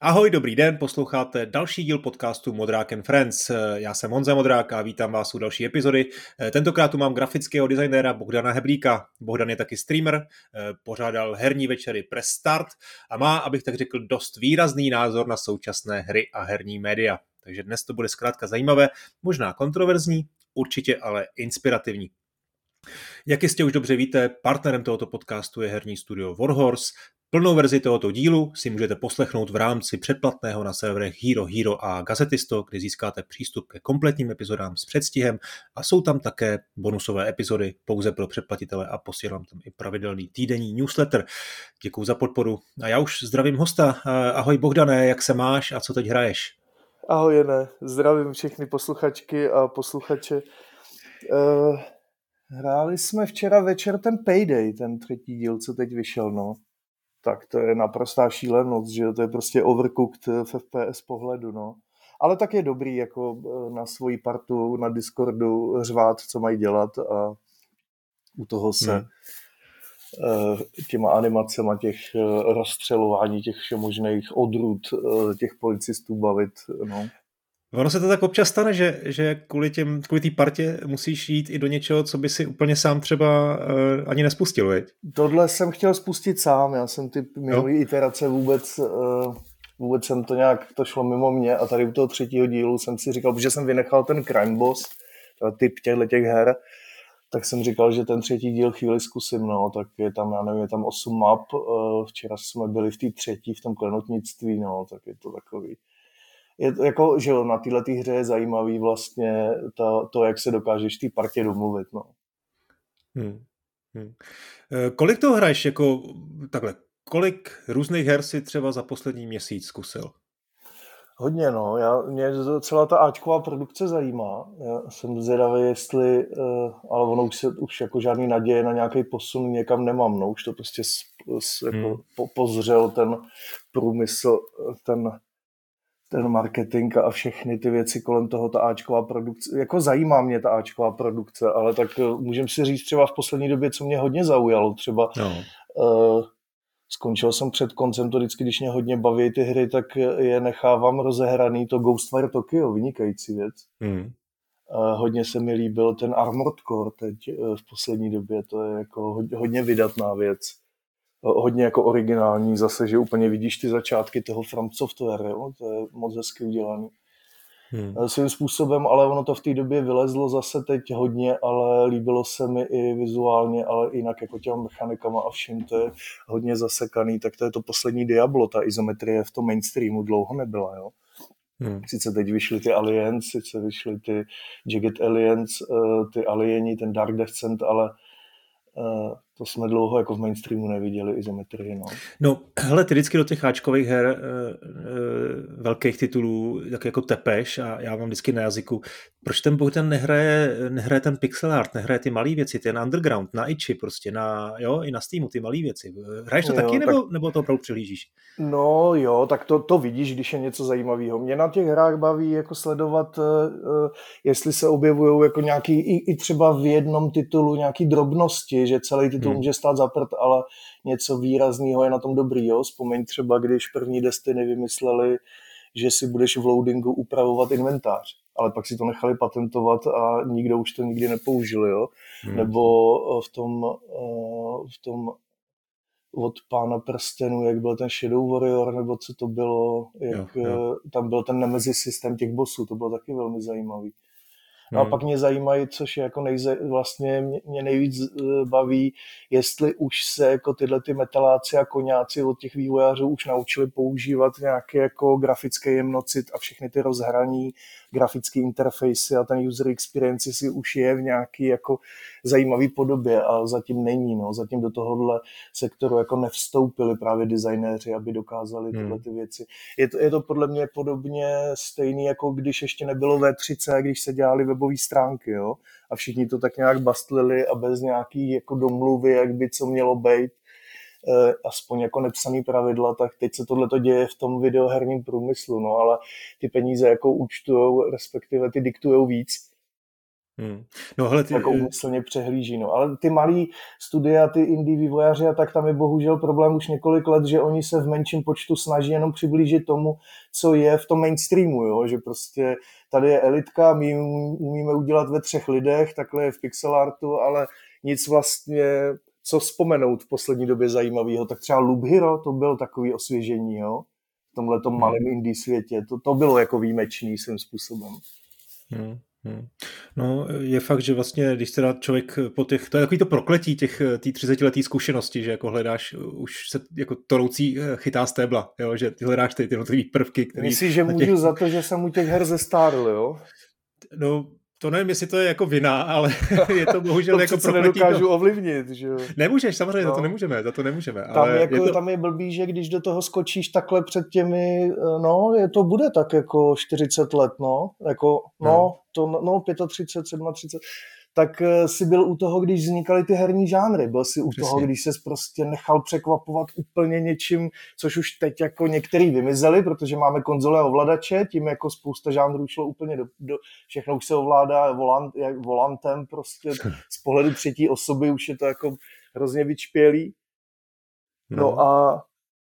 Ahoj, dobrý den, posloucháte další díl podcastu Modrák and Friends. Já jsem Honza Modrák a vítám vás u další epizody. Tentokrát tu mám grafického designéra Bohdana Heblíka. Bohdan je taky streamer, pořádal herní večery Press Start a má, abych tak řekl, dost výrazný názor na současné hry a herní média. Takže dnes to bude zkrátka zajímavé, možná kontroverzní, určitě ale inspirativní. Jak jistě už dobře víte, partnerem tohoto podcastu je herní studio Warhorse. Plnou verzi tohoto dílu si můžete poslechnout v rámci předplatného na serverech Hero Hero a Gazetisto, kde získáte přístup ke kompletním epizodám s předstihem a jsou tam také bonusové epizody pouze pro předplatitele a posílám tam i pravidelný týdenní newsletter. Děkuju za podporu a já už zdravím hosta. Ahoj Bohdane, jak se máš a co teď hraješ? Ahoj Jene, zdravím všechny posluchačky a posluchače. Hráli jsme včera večer ten Payday, ten třetí díl, co teď vyšel, no. Tak to je naprostá šílenost, že to je prostě overcooked v FPS pohledu, no. Ale tak je dobrý jako na svoji partu na Discordu řvát, co mají dělat a u toho se těma animacema těch rozstřelování těch všemožných odrůd těch policistů bavit, no. Ono se to tak občas stane, že kvůli té partě musíš jít i do něčeho, co by si úplně sám třeba ani nespustil, veď? Tohle jsem chtěl spustit sám, já jsem ty minulý iterace vůbec jsem to nějak, to šlo mimo mě a tady u toho třetího dílu jsem si říkal, protože jsem vynechal ten Crime Boss, typ těch her, tak jsem říkal, že ten třetí díl chvíli zkusím, no, tak je tam, já nevím, je tam 8 map, včera jsme byli v té třetí, v tom klenotnictví, no, tak je to takový. Je to jako, že jo, na této hře je zajímavý vlastně to, jak se dokážeš v té partě domluvit, no. Kolik toho hraješ, jako takhle, kolik různých her si třeba za poslední měsíc zkusil? Hodně, no. Mě celá ta áčková produkce zajímá. Já jsem zvědavý, jestli, ale ono už jako žádný naděje na nějaký posun někam nemám, no. Už to prostě jako pozřel ten průmysl, ten marketing a všechny ty věci kolem toho, ta áčková produkce. Jako zajímá mě ta áčková produkce, ale tak můžem si říct třeba v poslední době, co mě hodně zaujalo. Třeba skončil jsem před koncem, to vždycky, když mě hodně baví ty hry, tak je nechávám rozehraný, to Ghostwire Tokyo, vynikající věc. Hodně se mi líbil ten Armored Core teď v poslední době, to je jako hodně vydatná věc. Hodně jako originální zase, že úplně vidíš ty začátky toho From Software, jo? To je moc hezky udělaný. Svým způsobem, ale ono to v té době vylezlo zase teď hodně, ale líbilo se mi i vizuálně, ale jinak jako těma mechanikama a vším, to je hodně zasekaný, tak to je to poslední Diablo, ta izometrie v tom mainstreamu dlouho nebyla, jo. Sice teď vyšly ty Aliens, sice vyšly ty Jagged Aliens, ty Alieni, ten Dark Descent, ale to jsme dlouho jako v mainstreamu neviděli izometrii, no. No, hele, ty vždycky do těch áčkových her velkých titulů tak jako tepeš a já mám vždycky na jazyku, proč ten Bohdan nehraje ten pixel art, nehraje ty malé věci, ten underground, na itchi prostě, i na Steamu ty malé věci. Hraješ to taky, nebo to opravdu přihlížíš? No jo, tak to vidíš, když je něco zajímavého. Mě na těch hrách baví jako sledovat, jestli se objevují jako nějaký, i třeba v jednom titulu nějaký drobnosti, že celý titul může stát za prd, ale něco výrazného je na tom dobrý. Jo? Vzpomeň třeba, když první Destiny vymysleli, že si budeš v loadingu upravovat inventář, ale pak si to nechali patentovat a nikdo už to nikdy nepoužil. Jo? Nebo v tom od Pána prstenů, jak byl ten Shadow Warrior, nebo co to bylo, jak tam byl ten Nemesis systém těch bossů, to bylo taky velmi zajímavý. No a pak mě zajímají, což je jako vlastně mě nejvíc baví, jestli už se jako tyhle ty metaláci a koňáci od těch vývojářů už naučili používat nějaké jako grafické jemnocit a všechny ty rozhraní, grafické interfejsy a ten user experience si už je v nějaký jako zajímavý podobě a zatím není, no. Zatím do tohohle sektoru jako nevstoupili právě designéři, aby dokázali tyhle ty věci. Je to podle mě podobně stejný, jako když ještě nebylo V3C, když se dělali webové stránky, jo. A všichni to tak nějak bastlili a bez nějaký jako domluvy, jak by co mělo být, aspoň jako nepsaný pravidla, tak teď se tohleto děje v tom videoherním průmyslu, no, ale ty peníze jako účtujou, respektive ty diktujou víc. No hele, jako úmyslně přehlíží. No. Ale ty malý studia, ty indie vývojáři, a tak tam je bohužel problém už několik let, že oni se v menším počtu snaží jenom přiblížit tomu, co je v tom mainstreamu, jo? Že prostě tady je elitka, my umíme udělat ve 3 lidech, takhle je v pixel artu, ale nic vlastně, co vzpomenout v poslední době zajímavého. Tak třeba Loop Hero, to byl takový osvěžení, jo? V tomhletom malém indie světě. To bylo jako výjimečný svým způsobem. No, je fakt, že vlastně, když se dá člověk po těch, to je takový to prokletí té 30letý zkušenosti, že jako hledáš, už se jako toroucí chytá stébla, jo, že ty hledáš ty jednotlivý prvky, který... Myslíš, že můžu za to, že jsem u těch her zestárl, jo? No, to nevím, jestli to je jako vina, ale je to bohužel to jako prokletí. nedokážu ovlivnit, že jo? Nemůžeš, samozřejmě, no. za to nemůžeme. Ale tam je blbý, že když do toho skočíš takhle před těmi, to bude tak jako 40 let, jako, 35, 37, tak si byl u toho, když vznikaly ty herní žánry, byl si u toho, když ses prostě nechal překvapovat úplně něčím, což už teď jako některý vymizeli, protože máme konzole a ovladače, tím jako spousta žánrů šlo úplně do všechno už se ovládá volantem, prostě z pohledu třetí osoby už je to jako hrozně vyčpělý. No a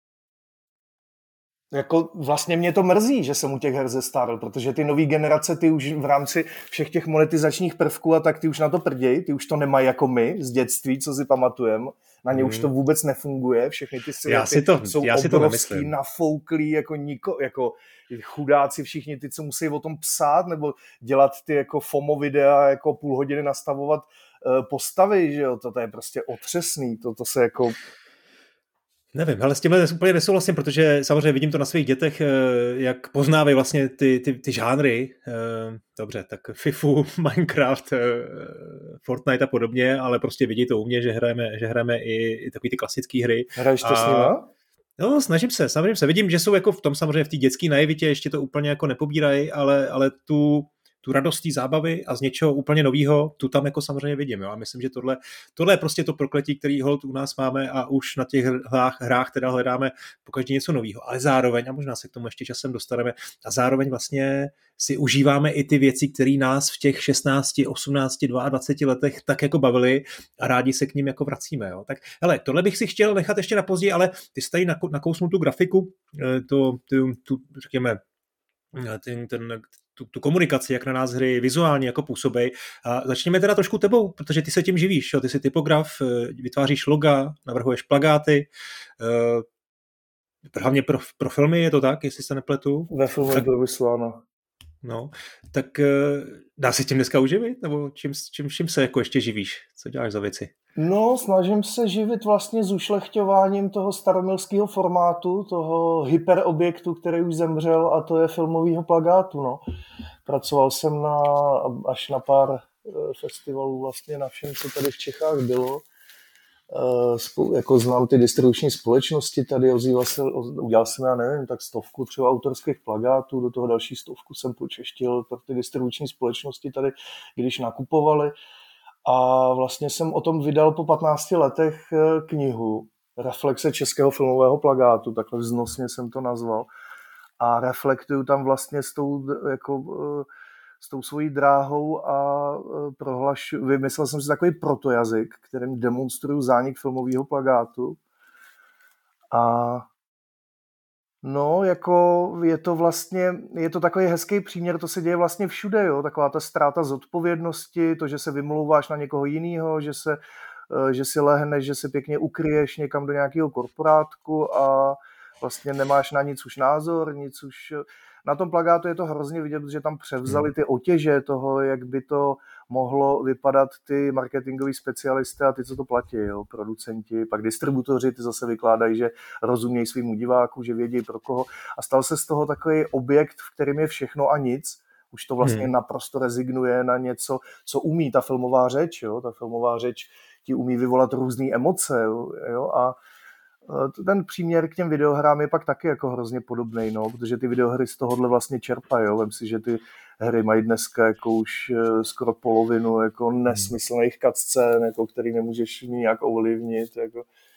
jako vlastně mě to mrzí, že jsem u těch her zestárl, protože ty nový generace, ty už v rámci všech těch monetizačních prvků a tak ty už na to prdějí, ty už to nemají jako my z dětství, co si pamatujeme. Na ně už to vůbec nefunguje, všechny ty světy jsou obrovský, nafouklý, jako chudáci všichni ty, co musí o tom psát, nebo dělat ty jako FOMO videa, jako půl hodiny nastavovat postavy, že jo, to je prostě otřesný, to se jako... Nevím, ale s tímhle úplně nesouhlasím, protože samozřejmě vidím to na svých dětech, jak poznávají vlastně ty žánry. Dobře, tak FIFU, Minecraft, Fortnite a podobně, ale prostě vidí to u mě, že hrajeme i takový ty klasické hry. Hraješ to s nima? No, snažím se. Vidím, že jsou jako v tom samozřejmě v té dětské naivitě, ještě to úplně jako nepobírají, ale tu radost té zábavy a z něčeho úplně nového, tu tam jako samozřejmě vidím. Jo? A myslím, že tohle je prostě to prokletí, který holt u nás máme a už na těch hrách teda hledáme pokaždé něco nového. Ale zároveň, a možná se k tomu ještě časem dostaneme, a zároveň vlastně si užíváme i ty věci, které nás v těch 16, 18, 22 letech tak jako bavily a rádi se k ním jako vracíme. Jo? Tak hele, tohle bych si chtěl nechat ještě na později, ale ty jsi tady nakousnul tu grafiku, řekněme, tu komunikaci, jak na nás hry vizuálně jako působí. A začněme teda trošku tebou, protože ty se tím živíš. Jo? Ty jsi typograf, vytváříš loga, navrhuješ plakáty. Hlavně pro filmy je to tak, jestli se nepletu? Ve filmu průmyslu, ano. No, tak dá se tím dneska uživit? Nebo čím se jako ještě živíš? Co děláš za věci? No, snažím se živit vlastně zúšlechťováním toho staromilského formátu, toho hyperobjektu, který už zemřel, a to je filmového plakátu. No. Pracoval jsem až na pár festivalů vlastně na všem, co tady v Čechách bylo. Jako znám ty distribuční společnosti tady, udělal jsem, já nevím, tak 100 třeba autorských plakátů, do toho další 100 jsem počeštil pro ty distribuční společnosti tady, když nakupovali. A vlastně jsem o tom vydal po 15 letech knihu Reflexe českého filmového plakátu, takhle vznosně jsem to nazval. A reflektuju tam vlastně s tou svojí dráhou a vymyslel jsem si takový protojazyk, kterým demonstruju zánik filmového plakátu. A no, jako je to takový hezký příměr, to se děje vlastně všude, jo, taková ta ztráta zodpovědnosti, to, že se vymlouváš na někoho jiného, že si lehneš, že se pěkně ukryješ někam do nějakého korporátku a vlastně nemáš na nic už názor, na tom plakátu je to hrozně vidět, protože tam převzali ty otěže toho, jak by to mohlo vypadat, ty marketingoví specialisté a ty, co to platí, jo, producenti, pak distributoři, ty zase vykládají, že rozumějí svýmu diváku, že vědí pro koho, a stal se z toho takový objekt, v kterém je všechno a nic. Už to vlastně naprosto rezignuje na něco, co umí ta filmová řeč, jo, ta filmová řeč ti umí vyvolat různé emoce, jo, a ten příměr k těm videohrám je pak taky jako hrozně podobný, no, protože ty videohry z tohohle vlastně čerpají. Vem si, že ty hry mají dneska jako už skoro polovinu jako nesmyslných cutscén, jako který nemůžeš nějak ovlivnit. Jako.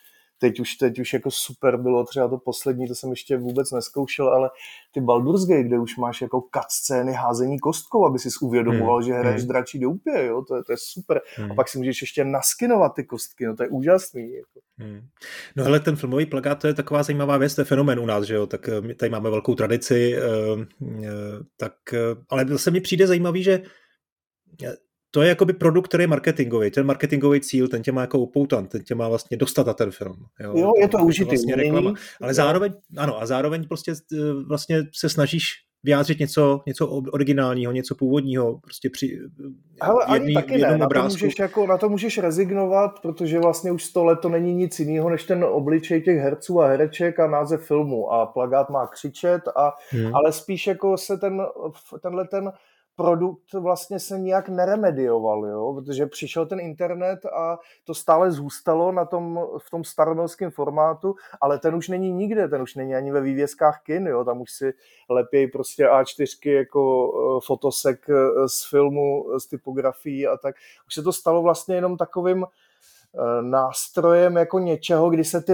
teď už jako super bylo třeba to poslední, to jsem ještě vůbec neskoušel, ale ty Baldur's Gate, kde už máš jako cutscény házení kostkou, aby si uvědomoval, že hraješ dračí doupě, jo, to je super. A pak si můžeš ještě naskinovat ty kostky, no to je úžasný. Jako. No hele, ten filmový plakát, to je taková zajímavá věc, to je fenomén u nás, že jo, tak my tady máme velkou tradici, tak, ale zase mi přijde zajímavý, že to je jakoby produkt, který je marketingový. Ten marketingový cíl, ten tě má jako upoutan, ten tě má vlastně dostat na ten film. Jo, je to užitý. Vlastně reklama. Ale zároveň, ano, a zároveň prostě vlastně se snažíš vyjádřit něco originálního, něco původního, prostě při jednom obrázku. Na to můžeš rezignovat, protože vlastně už 100 let to není nic jiného, než ten obličej těch herců a hereček a název filmu. A plakát má křičet, ale spíš jako se tenhle produkt vlastně se nijak neremedioval, jo? Protože přišel ten internet a to stále zůstalo v tom staromělském formátu, ale ten už není nikde, ten už není ani ve vývězkách kin, jo? Tam už si lepějí prostě A4 jako fotosek z filmu, z typografií a tak. Už se to stalo vlastně jenom takovým nástrojem jako něčeho, kdy si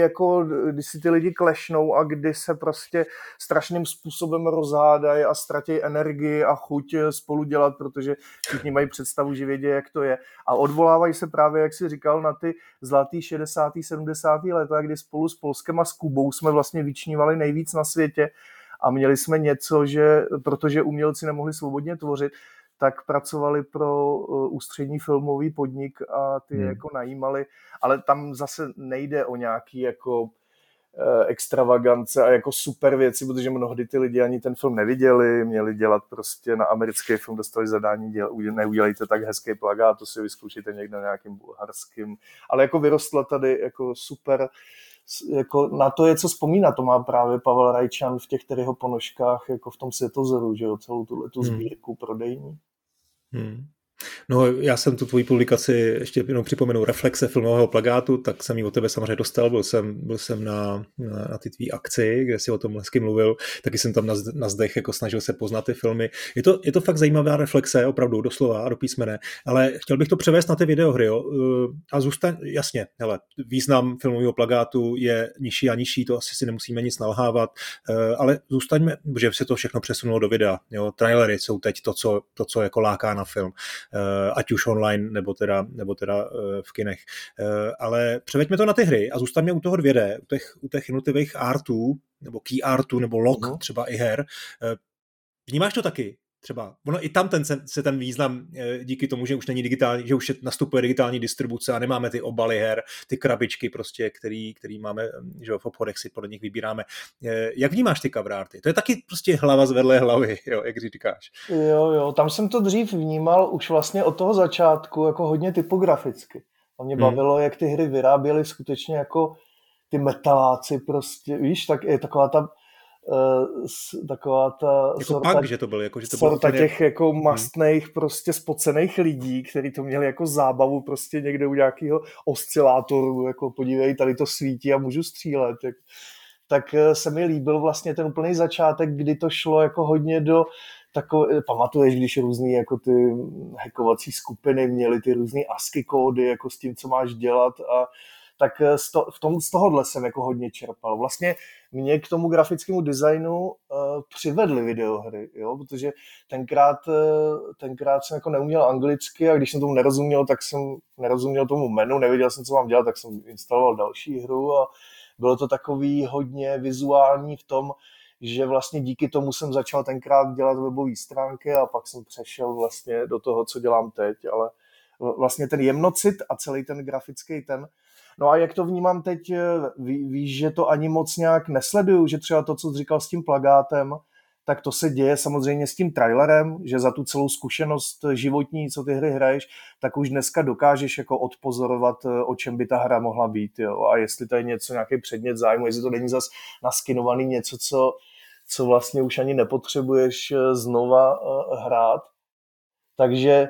ty lidi klešnou a kdy se prostě strašným způsobem rozhádají a ztratí energii a chuť spolu dělat, protože všichni mají představu, že vědí, jak to je. A odvolávají se právě, jak jsi říkal, na ty zlatý 60. 70. leta, kdy spolu s Polskem a s Kubou jsme vlastně vyčnívali nejvíc na světě a měli jsme něco, že protože umělci nemohli svobodně tvořit, tak pracovali pro ústřední filmový podnik a ty jako najímali, ale tam zase nejde o nějaký jako extravagance a jako super věci, protože mnohdy ty lidi ani ten film neviděli, měli dělat prostě na americký film, dostali zadání, neudělejte tak hezký plakát, to si vyzkoušejte někde na nějakým bulharským, ale jako vyrostla tady jako super, jako na to je co vzpomínat, to má právě Pavel Rajčan v těch Terryho ponožkách, jako v tom Světozoru, že jo, celou tuhletu sbírku prodejní. No, já jsem tu tvoji publikaci, ještě jenom připomenu, Reflexe filmového plakátu, tak jsem ji od tebe samozřejmě dostal, byl jsem na ty tvý akci, kde jsi o tom hezky mluvil, taky jsem tam na zdech jako snažil se poznat ty filmy. Je to fakt zajímavá reflexe, opravdu, doslova a do písmene, ale chtěl bych to převést na ty videohry, jo, a jasně, hele, význam filmového plakátu je nižší a nižší, to asi si nemusíme nic nalhávat, ale zůstaňme, že se to všechno přesunulo do videa, jo, trailery jsou teď to, co jako láká na film. Ať už online, nebo teda v kinech. Ale převeďme to na ty hry a zůstaňme u toho 2D, u těch jednotlivých artů, nebo key artů, nebo log třeba i her. Vnímáš to taky? Třeba. Ono i tam se ten význam díky tomu, že už není digitální, že už nastupuje digitální distribuce a nemáme ty obaly her, ty krabičky prostě, který máme, že v obchodech si podle nich vybíráme. Jak vnímáš ty cover arty? To je taky prostě hlava zvedlé hlavy, jo, jak říkáš. Jo, tam jsem to dřív vnímal už vlastně od toho začátku jako hodně typograficky. A mě bavilo, jak ty hry vyráběly skutečně jako ty metaláci prostě, víš, tak je taková ta jako sorta, pak, že to bylo, jako, že to sorta bylo těch jako mastných prostě spocených lidí, kteří to měli jako zábavu prostě někde u nějakého oscilátoru, jako podívej, tady to svítí a můžu střílet. Tak se mi líbil vlastně ten úplný začátek, kdy to šlo jako hodně do pamatuješ, když různý jako ty hackovací skupiny měly ty různý ASCII kódy jako s tím, co máš dělat a tak z tohohle jsem jako hodně čerpal. Vlastně mě k tomu grafickému designu přivedly videohry, jo? Protože tenkrát jsem jako neuměl anglicky a když jsem tomu nerozuměl, tak jsem nerozuměl tomu menu, nevěděl jsem, co mám dělat, tak jsem instaloval další hru a bylo to takový hodně vizuální v tom, že vlastně díky tomu jsem začal tenkrát dělat webové stránky a pak jsem přešel vlastně do toho, co dělám teď, ale vlastně ten jemnocit a celý ten grafický No a jak to vnímám teď, víš, že to ani moc nějak nesleduju, že třeba to, co jsi říkal s tím plakátem, tak to se děje samozřejmě s tím trailerem, že za tu celou zkušenost životní, co ty hry hraješ, tak už dneska dokážeš jako odpozorovat, o čem by ta hra mohla být. Jo? A jestli to je něco, nějaký předmět zájmu, jestli to není zas naskinovaný něco, co vlastně už ani nepotřebuješ znova hrát. Takže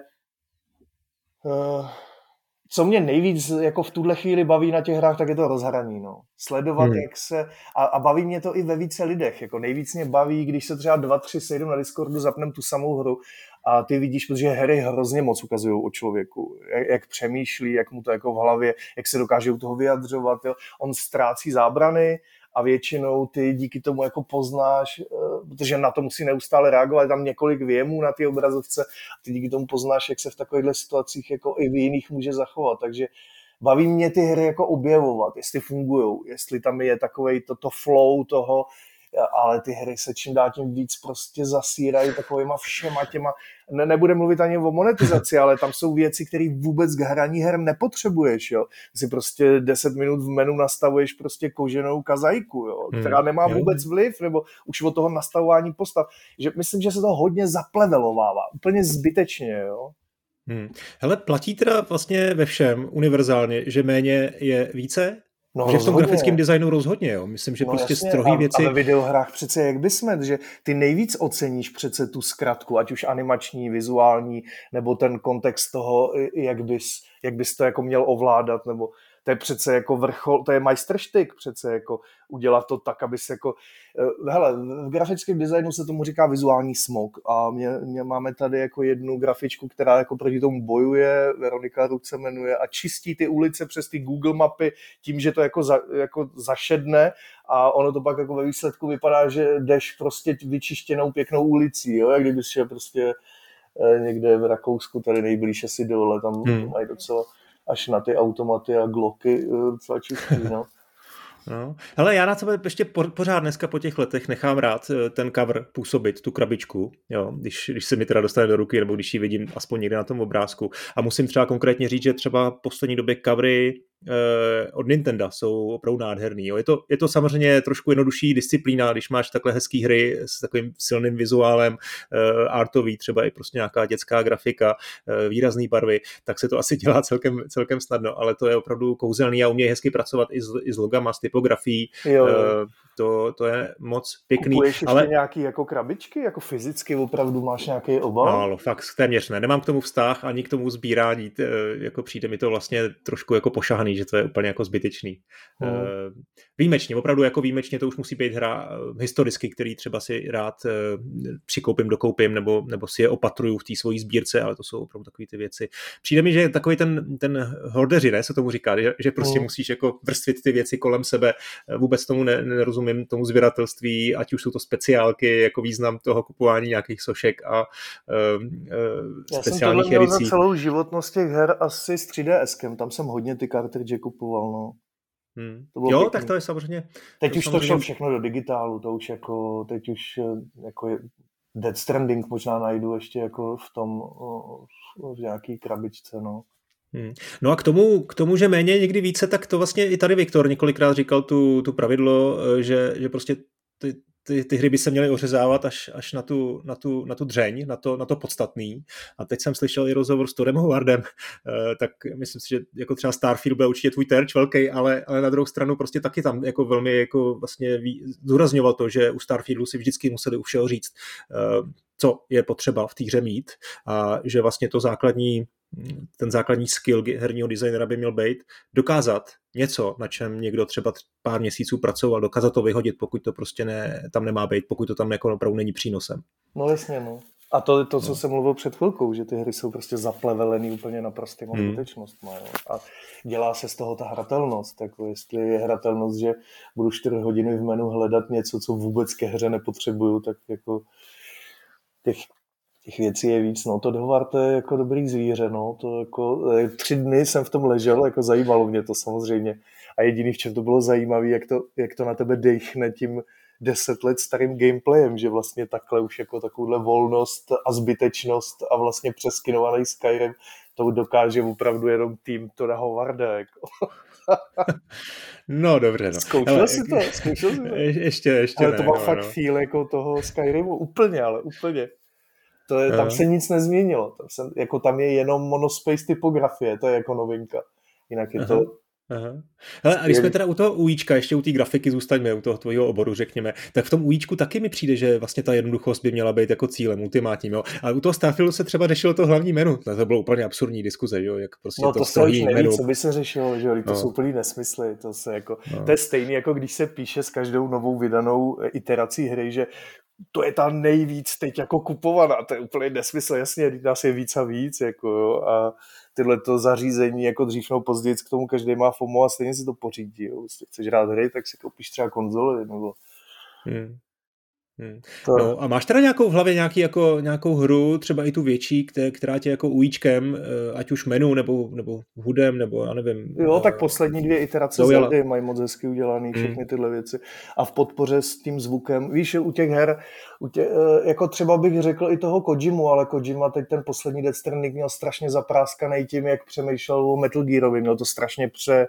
co mě nejvíc jako v tuhle chvíli baví na těch hrách, tak je to rozhraní. No. Sledovat, jak se... A baví mě to i ve více lidech. Jako nejvíc mě baví, když se třeba 2-3 sejdou na Discordu, zapneme tu samou hru a ty vidíš, protože hry hrozně moc ukazují o člověku, jak přemýšlí, jak mu to jako v hlavě, jak se dokáže u toho vyjadřovat, jo. On ztrácí zábrany a většinou ty díky tomu jako poznáš, protože na to musí neustále reagovat, tam několik věmů na ty obrazovce a ty díky tomu poznáš, jak se v takovýchhle situacích jako i v jiných může zachovat, takže baví mě ty hry jako objevovat, jestli fungujou, jestli tam je takovej to flow toho, ale ty hry se čím dál tím víc prostě zasírají takovýma všema těma, nebude mluvit ani o monetizaci, ale tam jsou věci, které vůbec k hraní her nepotřebuješ, jo. Si prostě 10 minut v menu nastavuješ prostě koženou kazajku, jo, která nemá vůbec vliv, nebo už od toho nastavování postav, že myslím, že se to hodně zaplevelovává, úplně zbytečně, jo. Hele, platí teda vlastně ve všem univerzálně, že méně je více? No, že v tom grafickém designu rozhodně, jo. Myslím, že prostě strohý věci... A ve videohrách přece jak bysme, že ty nejvíc oceníš přece tu zkratku, ať už animační, vizuální, nebo ten kontext toho, jak bys to jako měl ovládat, nebo to je přece jako vrchol, to je majstrštyk přece jako udělat to tak, aby se jako... Hele, v grafickém designu se tomu říká vizuální smog a mě máme tady jako jednu grafičku, která jako proti tomu bojuje, Veronika Rud se jmenuje a čistí ty ulice přes ty Google mapy tím, že to jako zašedne a ono to pak jako ve výsledku vypadá, že jdeš prostě vyčištěnou pěknou ulicí, jo, jak kdybys šel prostě někde v Rakousku, tady nejblíž asi dole, tam mají docela až na ty automaty a gloky docela čistý, no. No. Hele, já na sebe ještě pořád dneska po těch letech nechám rád ten cover působit, tu krabičku, jo, když se mi teda dostane do ruky, nebo když ji vidím aspoň někde na tom obrázku. A musím třeba konkrétně říct, že třeba v poslední době covery od Nintendo jsou opravdu nádherný. Jo. Je to samozřejmě trošku jednodušší disciplína, když máš takhle hezký hry s takovým silným vizuálem, artový, třeba i prostě nějaká dětská grafika, výrazný barvy, tak se to asi dělá celkem snadno, ale to je opravdu kouzelný a umějí hezky pracovat i s logama, s typografií. To je moc pěkný. Kupuješ ještě nějaký jako krabičky, jako fyzicky opravdu máš nějaký obal? No, ale fakt téměř ne. Nemám k tomu vztah ani k tomu sbírání, jako přijde mi to vlastně trošku jako pošahaný, že to je úplně jako zbytečný. Výjimečně, opravdu jako výjimečně to už musí být hra historicky, který třeba si rád přikoupím, dokoupím, nebo si je opatruju v té svojí sbírce, ale to jsou opravdu takové ty věci. Přijde mi, že takový ten hordeři, ne, se tomu říká, že prostě musíš jako vrstvit ty věci kolem sebe. Vůbec tomu nerozumím, tomu sběratelství, ať už jsou to speciálky, jako význam toho kupování nějakých sošek a speciálních edicí. Já jsem tohle měl za celou životnost těch her asi s 3DSkem, tam jsem hodně ty cartridge kupoval, no. Jo, pěkný. Tak to je samozřejmě... Teď už to šlo všechno do digitálu, to už jako, teď už jako Death Stranding možná najdu ještě jako v nějaký krabičce, no. No a k tomu, že méně někdy více, tak to vlastně i tady Viktor několikrát říkal tu pravidlo, že prostě ty hry by se měly ořezávat až na tu dřeň, na to podstatný. A teď jsem slyšel i rozhovor s Toddem Howardem, tak myslím si, že jako třeba Starfield byl určitě tvůj terč velký, ale na druhou stranu prostě taky tam jako velmi jako vlastně zdůrazňoval to, že u Starfieldu si vždycky museli u všeho říct, co je potřeba v té hře mít a že vlastně ten základní skill herního designera by měl být dokázat něco, na čem někdo třeba pár měsíců pracoval, dokázat to vyhodit, pokud to prostě tam nemá být, pokud to tam jako opravdu není přínosem. No jasně, no. A to co jsem mluvil před chvilkou, že ty hry jsou prostě zaplevelený úplně na prostýma skutečnostma. A dělá se z toho ta hratelnost. Jako jestli je hratelnost, že budu 4 hodiny v menu hledat něco, co vůbec ke hře nepotřebuju, tak jako těch věcí je víc, no, to Howard to je jako dobrý zvíře, no, to jako 3 dny jsem v tom ležel, jako zajímalo mě to samozřejmě a jediný v čem to bylo zajímavé, jak to na tebe dejchne tím 10 let starým gameplayem, že vlastně takhle už jako takovouhle volnost a zbytečnost a vlastně přeskinovaný Skyrim to dokáže opravdu jenom tým Todda Howarda, jako. No, dobře, no. Zkoušel jsi to? Ještě ale ne. To má fakt feel jako toho Skyrimu, úplně. Tam se nic nezměnilo. Tam je jenom monospace typografie, to je jako novinka. Jinak je to... Hele, a když jsme teda u toho UIčka, ještě u té grafiky zůstaňme, u toho tvojho oboru, řekněme, tak v tom UIčku taky mi přijde, že vlastně ta jednoduchost by měla být jako cílem ultimátním, jo. Ale u toho Starfieldu se třeba řešilo to hlavní menu. To bylo úplně absurdní diskuze, jo, jak prostě no, to se už neví, menu. Co by se řešilo, že to jsou úplný nesmysly, to je stejný, jako když se píše s každou novou vydanou iterací hry, že to je ta nejvíc teď jako kupovaná, to je úplně nesmysl, jasně, nás je víc a víc, jako jo, a tyhleto zařízení, jako dřív nebo později k tomu každý má FOMO a stejně si to pořídí, jo, jestli chceš hrát hry, tak si koupíš třeba konzoli, nebo... Hmm. No a máš teda nějakou v hlavě nějakou hru, třeba i tu větší, která tě jako ujíčkem, ať už menu, nebo hudem, nebo já nevím. Jo, tak poslední 2 iterace Zeldy mají moc hezky udělaný všechny tyhle věci. A v podpoře s tím zvukem, víš, u těch her, jako třeba bych řekl i toho Kojimu, ale Kojima teď ten poslední Death Stranding měl strašně zapráskanej tím, jak přemýšlel o Metal Gearovi, měl to strašně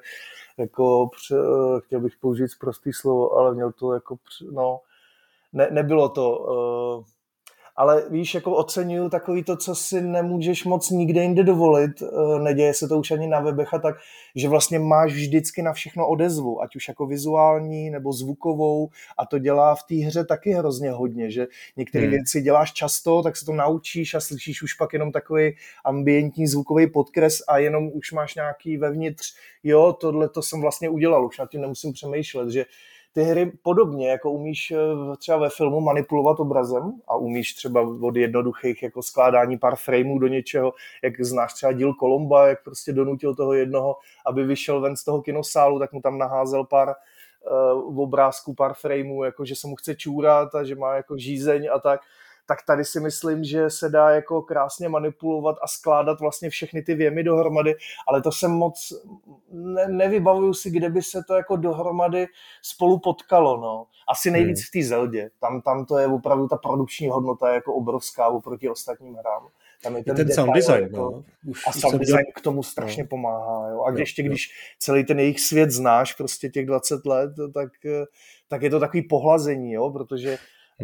chtěl bych použít prostý slovo, ale měl to jako, nebylo to, ale víš, jako oceňuju takový to, co si nemůžeš moc nikde jinde dovolit, neděje se to už ani na webech a tak, že vlastně máš vždycky na všechno odezvu, ať už jako vizuální nebo zvukovou a to dělá v té hře taky hrozně hodně, že některé věci děláš často, tak se to naučíš a slyšíš už pak jenom takový ambientní zvukový podkres a jenom už máš nějaký vevnitř, jo, tohle to jsem vlastně udělal, už nad tím nemusím přemýšlet, že ty hry podobně, jako umíš třeba ve filmu manipulovat obrazem a umíš třeba od jednoduchých jako skládání pár frameů do něčeho, jak znáš třeba díl Kolomba, jak prostě donutil toho jednoho, aby vyšel ven z toho kinosálu, tak mu tam naházel pár obrázků, pár frameů, jako že se mu chce čůrat a že má jako žízeň a tak tady si myslím, že se dá jako krásně manipulovat a skládat vlastně všechny ty věmy dohromady, ale to jsem moc nevybavuju si, kde by se to jako dohromady spolu potkalo, no. Asi nejvíc v té Zeldě. Tam to je opravdu ta produkční hodnota jako obrovská oproti ostatním hrám. Tam je ten sound design, jako, no. A sound design k tomu strašně pomáhá. Jo. A když celý ten jejich svět znáš prostě těch 20 let, tak je to takový pohlazení, jo, protože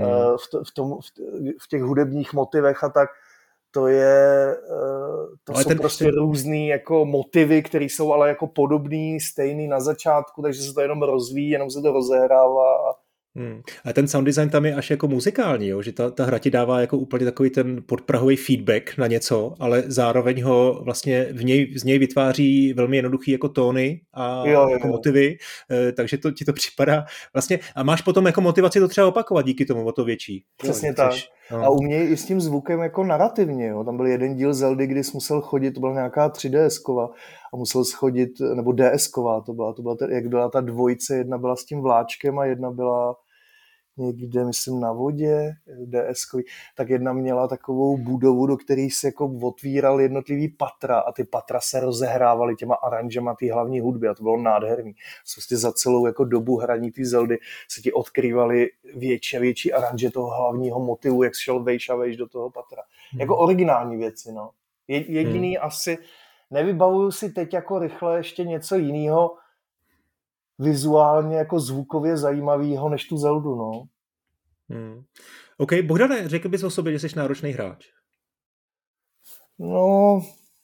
v těch hudebních motivech a tak to jsou prostě různý jako motivy, které jsou ale jako podobný, stejný na začátku, takže se to jenom rozvíjí, jenom se to rozehrává. A ten sound design tam je až jako muzikální, jo? Že ta hra ti dává jako úplně takový ten podprahový feedback na něco, ale zároveň ho vlastně z něj vytváří velmi jednoduchý jako tóny a jako motivy, takže ti to připadá vlastně a máš potom jako motivaci to třeba opakovat díky tomu o to větší. Přesně tak. A umějí i s tím zvukem jako narrativně, jo. Tam byl jeden díl Zeldy, kdy jsi musel chodit, to byla nějaká 3DS-kova a musel schodit, nebo DS-ková to byla jak byla ta dvojice, jedna byla s tím vláčkem a jedna byla někde, myslím, na vodě, DS-kový, tak jedna měla takovou budovu, do které se jako otvíral jednotlivý patra a ty patra se rozehrávaly těma aranžema té hlavní hudby a to bylo nádherný. Prostě za celou jako dobu hraní té Zeldy se ti odkrývaly větší aranže toho hlavního motivu, jak šel vejš a vejš do toho patra. Jako originální věci, no. Jediný asi, nevybavuju si teď jako rychle ještě něco jiného, vizuálně jako zvukově zajímavýho než tu Zeldu, no. OK, Bohdane, řekl bys o sobě, že jsi náročný hráč? No,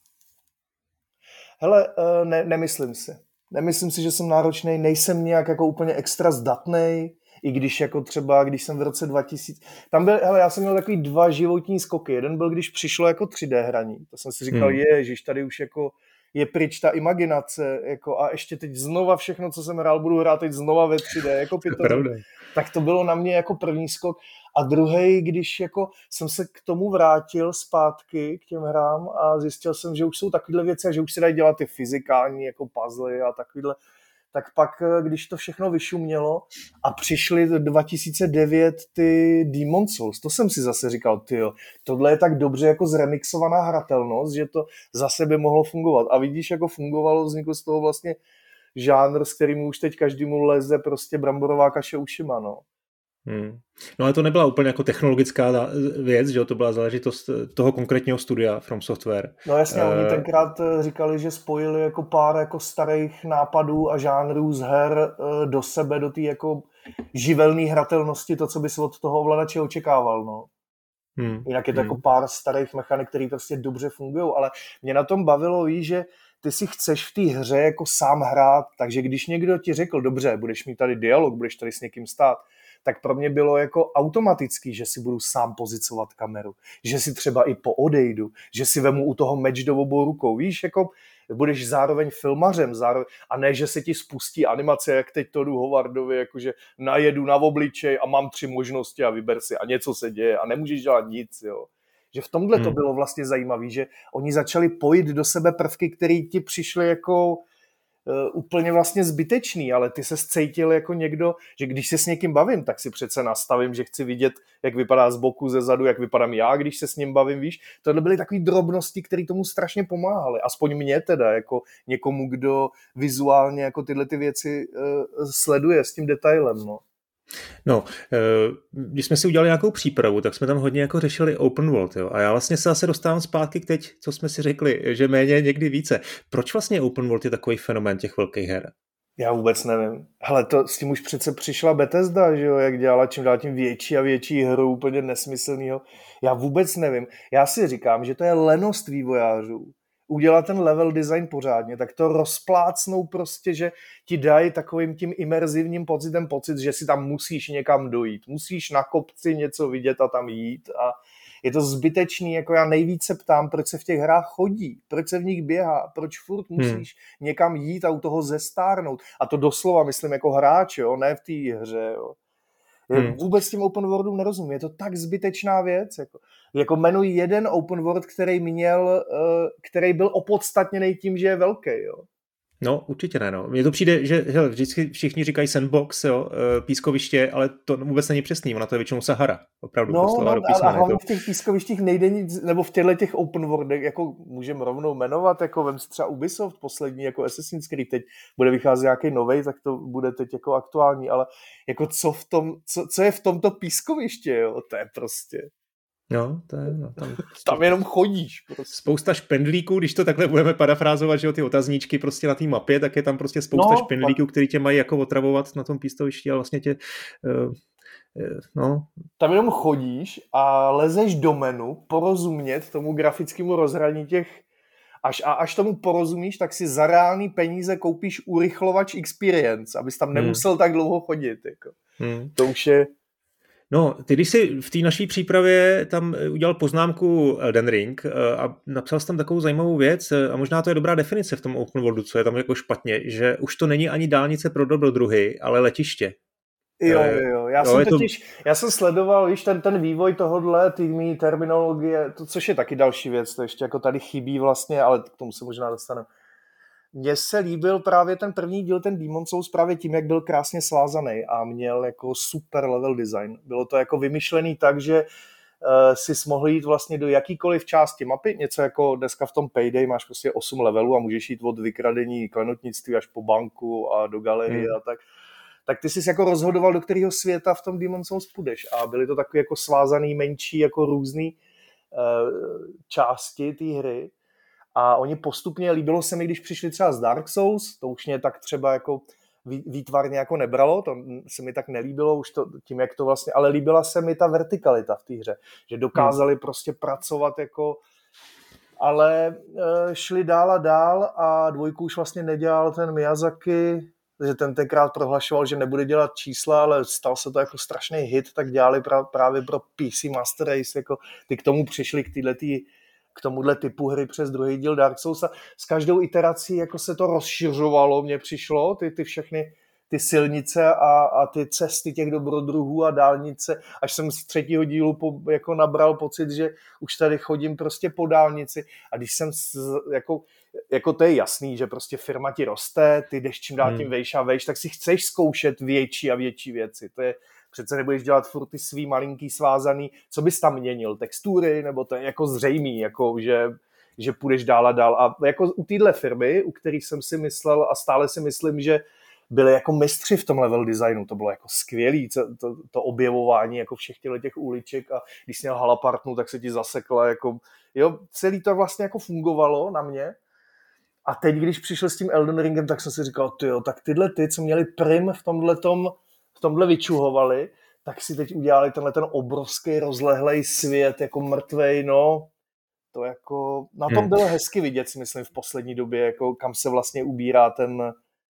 hele, nemyslím si. Nemyslím si, že jsem náročný, nejsem nějak jako úplně extra zdatnej, i když jako třeba, když jsem v roce 2000, já jsem měl takový 2 životní skoky. Jeden byl, když přišlo jako 3D hraní. To jsem si říkal, ježiš, tady už jako je pryč ta imaginace, jako a ještě teď znova všechno, co jsem hrál, budu hrát teď znova ve 3D, jako tak to bylo na mě jako první skok. A druhý, když jako jsem se k tomu vrátil zpátky k těm hrám a zjistil jsem, že už jsou takovéhle věci a že už se dají dělat ty fyzikální jako puzzle a takovýhle, tak pak, když to všechno vyšumělo a přišly 2009 ty Demon's Souls, to jsem si zase říkal, tyjo, tohle je tak dobře jako zremixovaná hratelnost, že to zase by mohlo fungovat. A vidíš, jako fungovalo, vznikl z toho vlastně žánr, s kterým už teď každému leze prostě bramborová kaše ušima, no. No ale to nebyla úplně jako technologická věc, že to byla záležitost toho konkrétního studia From Software. No jasně, oni tenkrát říkali, že spojili jako pár jako starých nápadů a žánrů z her do sebe, do té jako živelné hratelnosti, to, co by si od toho ovladače očekával, no. Jinak je to jako pár starých mechanik, které prostě dobře fungují, ale mě na tom bavilo, víš, že ty si chceš v té hře jako sám hrát, takže když někdo ti řekl, dobře, budeš mít tady dialog, budeš tady s někým stát, tak pro mě bylo jako automatický, že si budu sám pozicovat kameru, že si třeba i poodejdu, že si vemu u toho meč do obou rukou, víš, jako budeš zároveň filmařem, a ne, že se ti spustí animace, jak teď Toddu Howardovi, jakože najedu na obličej a mám 3 možnosti a vyber si a něco se děje a nemůžeš dělat nic, jo. Že v tomhle to bylo vlastně zajímavé, že oni začali pojit do sebe prvky, které ti přišly jako úplně vlastně zbytečný, ale ty se cítil jako někdo, že když se s někým bavím, tak si přece nastavím, že chci vidět, jak vypadá z boku, ze zadu, jak vypadám já, když se s ním bavím, víš. Tohle byly takové drobnosti, které tomu strašně pomáhaly. Aspoň mě teda, jako někomu, kdo vizuálně jako tyhle ty věci sleduje s tím detailem, no. No, když jsme si udělali nějakou přípravu, tak jsme tam hodně jako řešili open world, jo? A já vlastně se zase dostávám zpátky k teď, co jsme si řekli, že méně někdy více. Proč vlastně open world je takový fenomén těch velkých her? Já vůbec nevím. Hele, to s tím už přece přišla Bethesda, že jo, jak dělala čím dál tím větší a větší hru úplně nesmyslnýho. Já vůbec nevím. Já si říkám, že to je lenost vývojářů udělat ten level design pořádně, tak to rozplácnou prostě, že ti dají takovým tím imerzivním pocitem pocit, že si tam musíš někam dojít. Musíš na kopci něco vidět a tam jít a je to zbytečný, jako já nejvíce ptám, proč se v těch hrách chodí, proč se v nich běhá, proč furt musíš někam jít a u toho zestárnout. A to doslova myslím jako hráč, jo, ne v té hře, jo. Vůbec tím open worldům nerozumím, je to tak zbytečná věc. Jako jmenuji jeden open world, který byl opodstatněný tím, že je velký. Jo. No, určitě ne. No. Mně to přijde, že hele, vždycky všichni říkají sandbox, jo, pískoviště, ale to vůbec není přesný, ona to je většinou Sahara. Opravdu, no, a hlavně v těch pískovištích nejde nic, nebo v těch open worldech, jako můžeme rovnou jmenovat, jako vem si třeba Ubisoft, poslední jako Assassin's Creed, teď bude vycházet nějaký novej, tak to bude teď jako aktuální, ale jako co je v tomto pískoviště, jo, to je prostě... No, to je, tam jenom chodíš. Prostě. Spousta špendlíků, když to takhle budeme parafrázovat, že jo, ty otazníčky prostě na té mapě, tak je tam prostě spousta špendlíků, který tě mají jako otravovat na tom pískovišti, ale vlastně tě, Tam jenom chodíš a lezeš do menu, porozumět tomu grafickému rozhraní těch, až tomu porozumíš, tak si za reální peníze koupíš urychlovač experience, abys tam nemusel tak dlouho chodit. Jako. To už je... No, ty když jsi v té naší přípravě tam udělal poznámku Elden Ring a napsal jsi tam takovou zajímavou věc a možná to je dobrá definice v tom open worldu, co je tam jako špatně, že už to není ani dálnice pro dobrodruhy, ale letiště. Jo. Já jsem sledoval, víš, ten vývoj tohodle, ty terminologie, to, což je taky další věc, to ještě jako tady chybí vlastně, ale k tomu se možná dostaneme. Mně se líbil právě ten první díl, ten Demon's Souls, právě tím, jak byl krásně svázaný a měl jako super level design. Bylo to jako vymyšlený tak, že si mohl jít vlastně do jakýkoliv části mapy, něco jako dneska v tom Payday máš prostě 8 levelů a můžeš jít od vykradení klenotnictví až po banku a do galerie a tak ty jsi jako rozhodoval, do kterého světa v tom Demon's Souls půjdeš a byly to takové jako svázaný, menší, jako různý části té hry. A oni postupně, líbilo se mi, když přišli třeba z Dark Souls, to už mě tak třeba jako výtvarně jako nebralo, to se mi tak nelíbilo už to, tím, jak to vlastně, ale líbila se mi ta vertikalita v té hře, že dokázali prostě pracovat jako, ale šli dál a dál a dvojku už vlastně nedělal ten Miyazaki, že ten tenkrát prohlašoval, že nebude dělat čísla, ale stal se to jako strašný hit, tak dělali právě pro PC Master Race, jako ty k tomu přišli k tomuhle typu hry přes druhý díl Dark Souls a s každou iterací jako se to rozšiřovalo, mně přišlo, ty všechny ty silnice a ty cesty těch dobrodruhů a dálnice, až jsem z třetího dílu jako nabral pocit, že už tady chodím prostě po dálnici a když jsem jako to je jasný, že prostě firma ti roste, ty jdeš čím dál tím vejš a vejš, tak si chceš zkoušet větší a větší věci, to je přece nebudeš dělat furt ty svý malinký svázaný, co bys tam měnil, textury, nebo to je jako zřejmý, jako že půjdeš dál a dál. A jako u téhle firmy, u kterých jsem si myslel a stále si myslím, že byli jako mistři v tom level designu, to bylo jako skvělý, to objevování jako všech těch uliček a když jsi měl halapartnu, tak se ti zasekla, jako, jo, celý to vlastně jako fungovalo na mě. A teď, když přišel s tím Elden Ringem, tak jsem si říkal, tak tyhle co měli prim v tomhle vyčuhovali, tak si teď udělali ten obrovský rozlehlej svět, jako mrtvej, no, to jako, na tom bylo hezky vidět, si myslím, v poslední době, jako kam se vlastně ubírá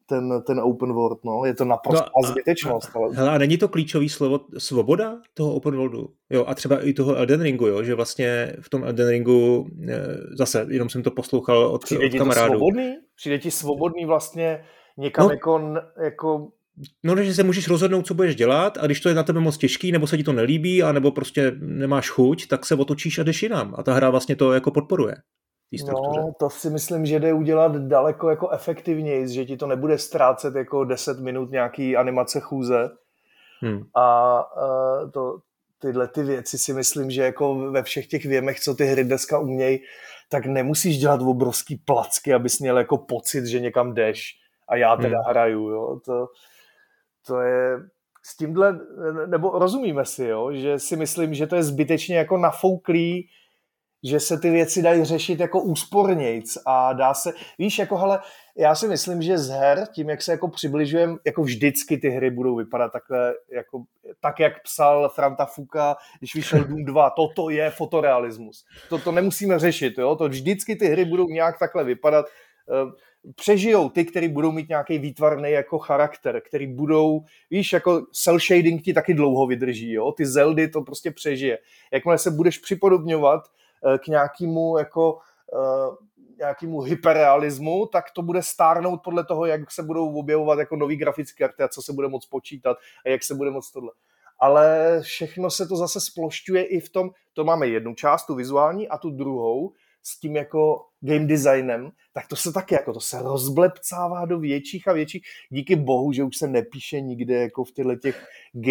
ten open world, no. Je to naprostá zbytečnost. Hele, a není to klíčový slovo svoboda toho open worldu? Jo, a třeba i toho Elden Ringu, jo, že vlastně v tom Elden Ringu, zase, jenom jsem to poslouchal od kamarádů. Přijde ti svobodný vlastně někam jako... No, že se můžeš rozhodnout, co budeš dělat, a když to je na tebe moc těžký, nebo se ti to nelíbí, anebo prostě nemáš chuť, tak se otočíš a jdeš jinam. A ta hra vlastně to jako podporuje. No, to si myslím, že jde udělat daleko jako efektivněji, že ti to nebude ztrácet jako 10 minut nějaký animace chůze. A tyhle ty věci si myslím, že jako ve všech těch věmech, co ty hry dneska umějí, tak nemusíš dělat obrovský placky, abys měl jako pocit, že někam jdeš a já teda hraju, jo. To je s tímhle, nebo rozumíme si, jo, že si myslím, že to je zbytečně jako nafouklý, že se ty věci dají řešit jako úspornějc a dá se, víš, jako hele, já si myslím, že z her, tím, jak se jako přibližujeme, jako vždycky ty hry budou vypadat takhle, jako, tak, jak psal Franta Fuka, když vyšel Doom 2, toto je fotorealismus. To nemusíme řešit, jo, to vždycky ty hry budou nějak takhle vypadat, přežijou ty, který budou mít nějaký výtvarný jako charakter, který budou, víš, jako cel shading ti taky dlouho vydrží, jo, ty Zeldy to prostě přežije. Jakmile se budeš připodobňovat k nějakému jako nějakému hyperrealismu, tak to bude stárnout podle toho, jak se budou objevovat jako nový grafické karty a co se bude moct počítat a jak se bude moct tohle. Ale všechno se to zase splošťuje i v tom, to máme jednu část, tu vizuální, a tu druhou s tím jako game designem, tak to se taky jako to se rozblepcává do větších a větších. Díky bohu, že už se nepíše nikde jako v těchto těch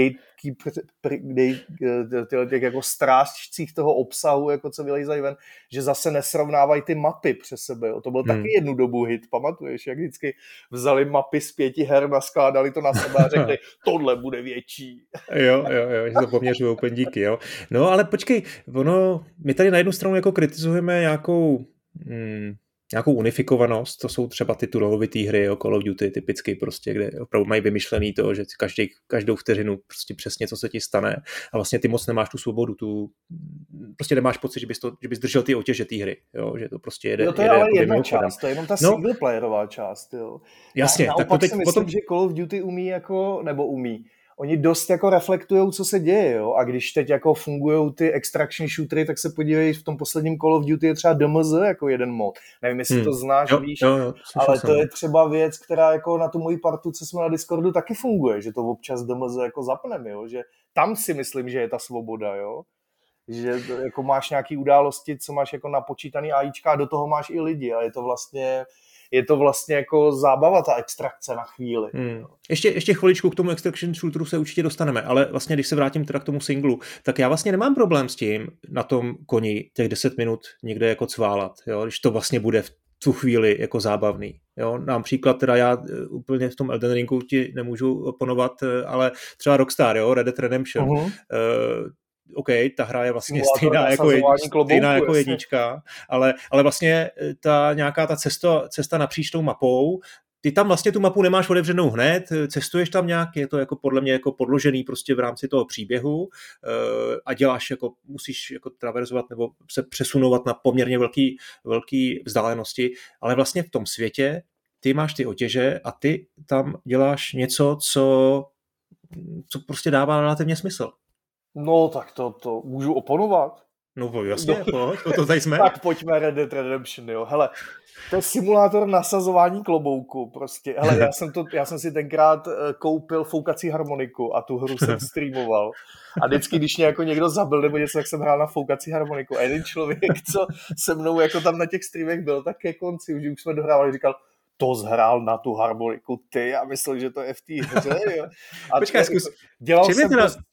těch jako strážcích toho obsahu, jako co vylejzají ven, že zase nesrovnávají ty mapy přes sebe. Jo. To byl taky jednu dobu hit, pamatuješ, jak vždycky vzali mapy z 5 her, naskládali to na sebe a řekli, tohle bude větší. Jo, že to poměřují úplně díky, jo. No ale počkej, my tady na jednu stranu jako kritizujeme nějakou unifikovanost, to jsou třeba titulovité hry, jo, Call of Duty typicky prostě, kde opravdu mají vymyšlený to, že každou vteřinu prostě přesně, co se ti stane, a vlastně ty moc nemáš tu svobodu, prostě nemáš pocit, že bys držel ty otěže té hry, jo, že to prostě jede. Jo, to je ale jedna část, to je jenom ta singleplayerová část, jo. Jasně. Tak to teď si myslím, že Call of Duty umí. Oni dost jako reflektujou, co se děje, jo? A když teď jako fungujou ty extraction shootery, tak se podívej, v tom posledním Call of Duty je třeba DMZ jako jeden mod. Nevím, jestli to znáš, víš, ale to je třeba věc, která jako na tu moji partu, co jsme na Discordu, taky funguje, že to občas DMZ jako zapneme, jo? Že tam si myslím, že je ta svoboda, jo? Že jako máš nějaký události, co máš jako napočítaný AIčka a do toho máš i lidi a je to vlastně jako zábava, ta extrakce na chvíli. Ještě chviličku k tomu extraction shooteru se určitě dostaneme, ale vlastně, když se vrátím teda k tomu singlu, tak já vlastně nemám problém s tím na tom koni těch 10 minut někde jako cválat, jo, když to vlastně bude v tu chvíli jako zábavný. Jo, například teda já úplně v tom Elden Ringu ti nemůžu oponovat, ale třeba Rockstar, jo, Red Dead Redemption, OK, ta hra je vlastně stejná jako jednička, ale vlastně nějaká ta cesta napříč tou mapou, ty tam vlastně tu mapu nemáš otevřenou hned, cestuješ tam nějak, je to jako podle mě jako podložený prostě v rámci toho příběhu a děláš jako, musíš jako traverzovat nebo se přesunovat na poměrně velký vzdálenosti, ale vlastně v tom světě ty máš ty otěže a ty tam děláš něco, co prostě dává relativně smysl. No, tak to můžu oponovat. No jasně, to tady jsme. Tak pojďme Red Dead Redemption, jo. Hele, to je simulátor nasazování klobouku prostě. Hele, já jsem si tenkrát koupil foukací harmoniku a tu hru jsem streamoval. A vždycky, když mě jako někdo zabil nebo něco, tak jsem hrál na foukací harmoniku. A jeden člověk, co se mnou jako tam na těch streamech byl, tak ke konci, už jsme dohrávali, říkal, to zhrál na tu harmoniku ty a myslel, že to je v té hře, jo. A počkej, zkus. Dělal jsem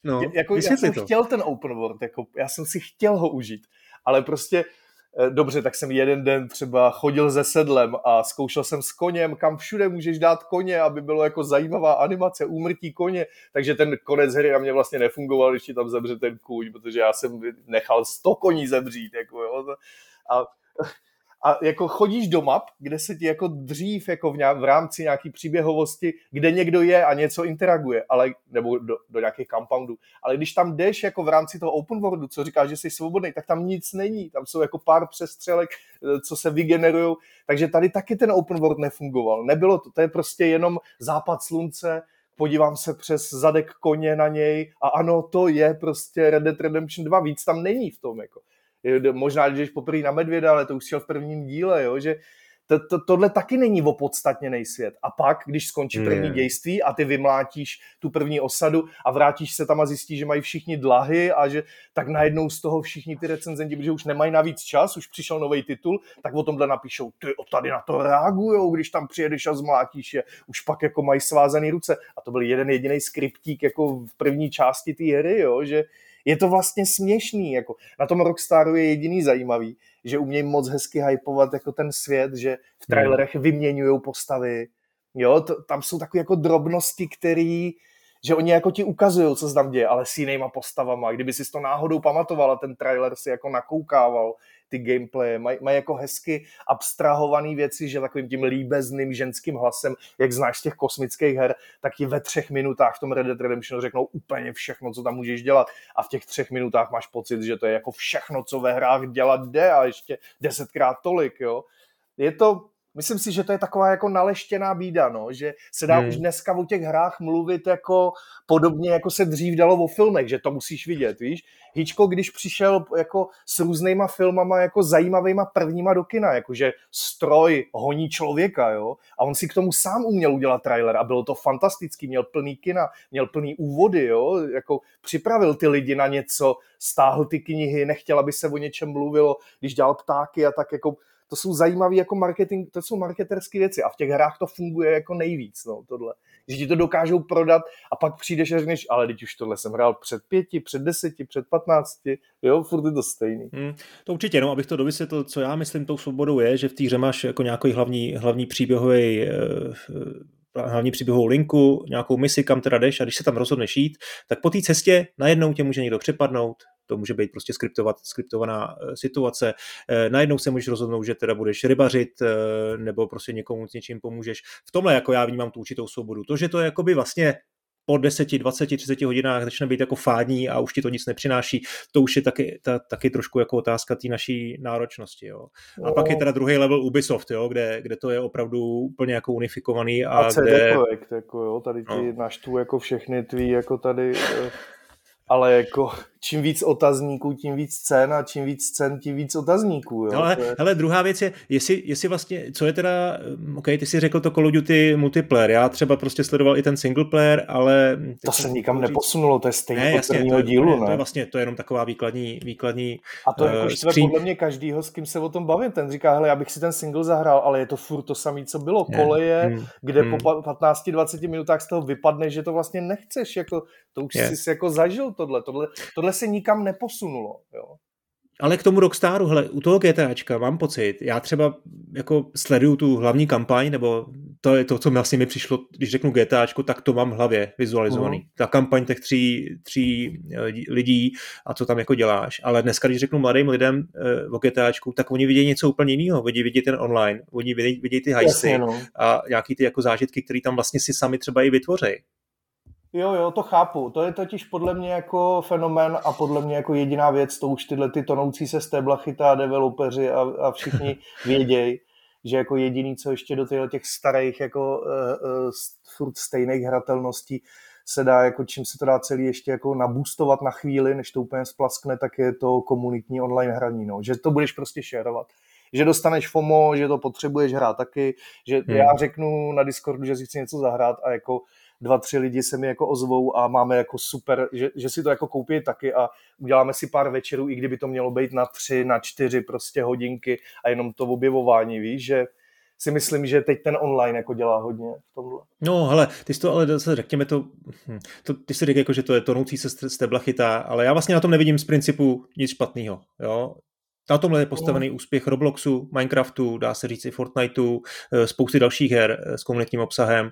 já jsem chtěl ten open world, jako, já jsem si chtěl ho užít, ale prostě dobře, tak jsem jeden den třeba chodil se sedlem a zkoušel jsem s koněm, kam všude můžeš dát koně, aby bylo jako zajímavá animace, úmrtí koně, takže ten konec hry na mě vlastně nefungoval, když ti tam zemře ten kůň, protože já jsem nechal 100 koní zemřít, jako jo. a jako chodíš do map, kde se ti jako dřív jako v rámci nějaký příběhovosti, kde někdo je a něco interaguje, ale, nebo do nějakých compoundů. Ale když tam jdeš jako v rámci toho open worldu, co říkáš, že jsi svobodný, tak tam nic není. Tam jsou jako pár přestřelek, co se vygenerujou. Takže tady taky ten open world nefungoval. Nebylo to. To je prostě jenom západ slunce, podívám se přes zadek koně na něj a ano, to je prostě Red Dead Redemption 2. Víc tam není v tom, jako. Možná jdeš poprvé na medvěda, ale to už šel v prvním díle, jo, že tohle taky není opodstatněný svět. A pak, když skončí první dějství a ty vymlátíš tu první osadu a vrátíš se tam a zjistíš, že mají všichni dlahy a že tak najednou z toho všichni ty recenzenti, protože už nemají navíc čas, už přišel nový titul, tak o tomhle napíšou, ty tady na to reagujou, když tam přijedeš a zmlátíš je. Už pak jako mají svázaný ruce. A to byl jeden jediný skriptík jako v první části té hry, jo, že je to vlastně směšný. Jako. Na tom Rockstaru je jediný zajímavý, že umějí moc hezky hypovat jako ten svět, že v trailerech vyměňují postavy. Jo, tam jsou takové jako drobnosti, které, že oni jako ti ukazují, co se tam děje, ale s jinýma postavama. Kdyby si to náhodou pamatoval a ten trailer si jako nakoukával ty gameplaye, mají jako hezky abstrahované věci, že takovým tím líbezným ženským hlasem, jak znáš z těch kosmických her, tak ti ve 3 minutách v tom Red Dead Redemption řeknou úplně všechno, co tam můžeš dělat a v těch 3 minutách máš pocit, že to je jako všechno, co ve hrách dělat jde a ještě 10krát tolik, jo. Je to, myslím si, že to je taková jako naleštěná bída, no, že se dá už dneska o těch hrách mluvit jako podobně, jako se dřív dalo o filmech, že to musíš vidět, víš. Hitchcock, když přišel jako s různýma filmama jako zajímavýma prvníma do kina, jakože stroj honí člověka, jo, a on si k tomu sám uměl udělat trailer a bylo to fantastický, měl plný kina, měl plný úvody, jo, jako připravil ty lidi na něco, stáhl ty knihy, nechtěl, aby se o něčem mluvilo, když dělal Ptáky a tak jako to jsou zajímavé jako marketing, to jsou marketerské věci a v těch hrách to funguje jako nejvíc, no, tohle. Že ti to dokážou prodat a pak přijdeš a řekneš, ale teď už tohle jsem hrál před 5, před 10, před 15, jo, furt je to stejný. To určitě, no, abych to dovysvětlil, co já myslím tou svobodou je, že v té hře máš jako nějaký hlavní příběhovou linku, nějakou misi, kam teda jdeš a když se tam rozhodneš jít, tak po té cestě najednou tě může někdo přepadnout, to může být prostě skriptovaná situace, najednou se můžeš rozhodnout, že teda budeš rybařit nebo prostě někomu s něčím pomůžeš. V tomhle jako já vnímám tu určitou svobodu. To, že to je jakoby vlastně po 10, 20, 30 hodinách začne být jako fádní a už ti to nic nepřináší, to už je taky trošku jako otázka té naší náročnosti. Jo. A pak je teda druhý level Ubisoft, jo, kde to je opravdu úplně jako unifikovaný. A CD Projekt, jako jo, tady ti naštvu jako všechny tvý jako tady... Ale jako čím víc otazníků, tím víc cen a čím víc cen, tím víc otazníků. Jo? Ale druhá věc je, jestli vlastně, co je teda, OK, ty jsi řekl to Call of Duty multiplayer, já třeba prostě sledoval i ten single player, ale... To se nikam neposunulo, to je stejně od prvního dílu, ne? To je vlastně, to je jenom taková výkladní a to jako štve podle mě každýho, s kým se o tom bavím, ten říká, hele, já bych si ten single zahrál, ale je to furt to samé, co bylo, koleje, kde po 15-20 minutách z toho vypadne, že to vlastně nechceš, jako, to už jsi jako zažil tohle se nikam neposunulo, jo. Ale k tomu Rockstaru, hele, u toho GTAčka mám pocit, já třeba jako sleduju tu hlavní kampaň, nebo to je to, co vlastně mi přišlo, když řeknu GTAčko, tak to mám v hlavě vizualizovaný. Ta kampaň těch tří lidí a co tam jako děláš. Ale dneska, když řeknu mladým lidem o GTAčku, tak oni vidí něco úplně jiného. Vidí ten online, oni vidí ty hajsy a nějaký ty jako zážitky, které tam vlastně si sami třeba i vytvoří. Jo, to chápu. To je totiž podle mě jako fenomén a podle mě jako jediná věc, to už tyhle ty tonoucí se stébla chytá developeři a všichni vědějí, že jako jediný, co ještě do těch starých jako furt stejných hratelností se dá, jako čím se to dá celý ještě jako naboostovat na chvíli, než to úplně splaskne, tak je to komunitní online hraní, no. Že to budeš prostě šerovat. Že dostaneš FOMO, že to potřebuješ hrát taky, že já řeknu na Discordu, že si chci něco zahrát a jako 2-3 lidi se mi jako ozvou a máme jako super, že si to jako koupí taky a uděláme si pár večerů, i kdyby to mělo být na 3, na 4 prostě hodinky a jenom to objevování, víš, že si myslím, že teď ten online jako dělá hodně v tomhle. No, hele, ty jsi to, ale zase řekněme ty jsi řekl jako, že to je tonoucí se stebla chytá, ale já vlastně na tom nevidím z principu nic špatného, jo. Na tomhle je postavený úspěch Robloxu, Minecraftu, dá se říct i Fortniteu, spousty dalších her s komunitním obsahem.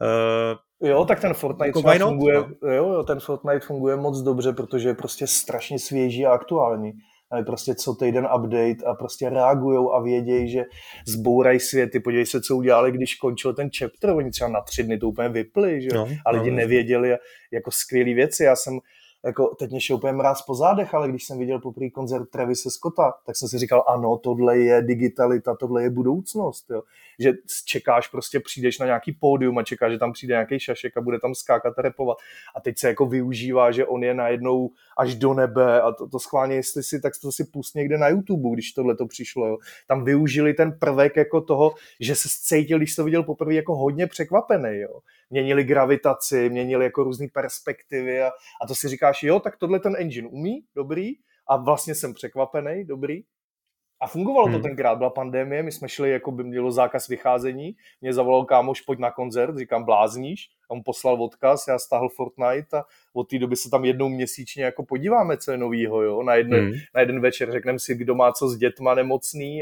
Jo, tak ten Fortnite jako funguje, ten Fortnite funguje moc dobře, protože je prostě strašně svěží a aktuální. ale prostě co týden update a prostě reagujou a vědějí, že zbourají světy. Podívej se, co udělali, když končil ten chapter, oni třeba na 3 dny to úplně vypli, že? A lidi nevěděli jako skvělý věci. Já jsem jako, teď mě šel úplně mráz po zádech, ale když jsem viděl poprvé koncert Travise Scotta, tak jsem si říkal, ano, tohle je digitalita, tohle je budoucnost, jo. Že čekáš, prostě přijdeš na nějaký pódium a čekáš, že tam přijde nějaký šašek a bude tam skákat a rapovat. A teď se jako využívá, že on je najednou až do nebe a to schválně, jestli si, tak to si pust někde na YouTube, když tohle to přišlo, jo. Tam využili ten prvek jako toho, že se cítil, když to viděl poprvé, jako hodně překvapený, jo. Měnili gravitaci, měnili jako různý perspektivy a to si říkáš, jo, tak tohle ten engine umí, dobrý, a vlastně jsem překvapený, dobrý. A fungovalo to tenkrát, byla pandemie, my jsme šli, jako by mělo zákaz vycházení, mě zavolal kámoš, pojď na koncert, říkám, blázníš, a on poslal odkaz, já stáhl Fortnite a od té doby se tam jednou měsíčně jako podíváme, co je novýho, jo, na jeden večer, řekneme si, kdo má co s dětma nemocný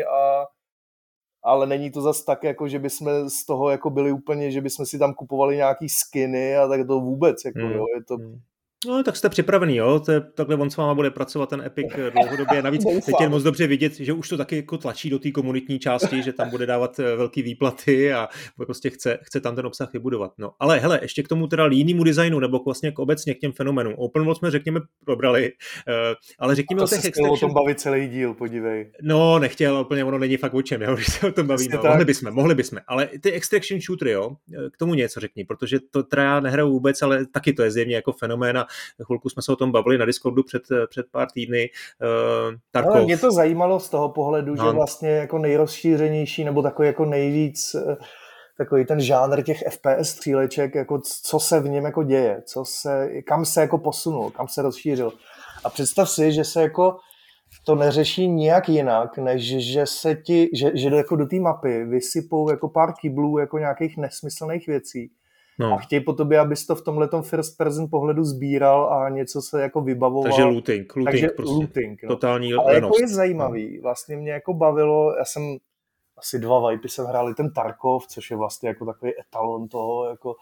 ale není to zas tak, jako že bychom z toho jako byli úplně, že bychom si tam kupovali nějaký skiny a tak to vůbec, jako jo, je to... No, tak jste připravený, jo? Takhle on s váma bude pracovat ten Epic dlouhodobě. Navíc teď je moc dobře vidět, že už to taky jako tlačí do té komunitní části, že tam bude dávat velký výplaty a prostě chce tam ten obsah vybudovat. No, ale hele, ještě k tomu teda jinému designu, nebo vlastně obecně k těm fenomenům. Open world jsme, řekněme, probrali, ale řekněme o těch extraction... o tom bavit celý díl, podívej. No, nechtěl, úplně ono není fakt o čem, jo, když se o tom bavíme. Mohli bychom, ale ty extraction shootery, jo, k tomu něco řekni, protože to teda já nehraju vůbec, ale taky to je zjevně jako fenomén. Chvilku jsme se o tom bavili na Discordu před pár týdny. Tarkov. Ale mě to zajímalo z toho pohledu, že vlastně jako nejrozšířenější nebo takový jako nejvíc takový ten žánr těch FPS stříleček, jako co se v něm jako děje, kam se jako posunul, kam se rozšířil. A představ si, že se jako to neřeší nijak jinak, než že se že jako do té mapy vysypou jako pár kyblů jako nějakých nesmyslných věcí. No. A chtějí po tobě, abys to v tomhletom first person pohledu sbíral a něco se jako vybavoval. Takže looting prostě. Looting, no. Totální ale jako je zajímavý. Vlastně mě jako bavilo, já jsem asi 2 vipy jsem hráli ten Tarkov, což je vlastně jako takový etalon toho. Jako,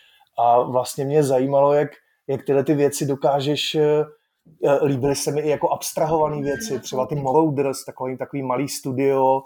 a vlastně mě zajímalo, jak tyhle ty věci dokážeš, líbily se mi i jako abstrahované věci, třeba ty Marauders, takový malý studio.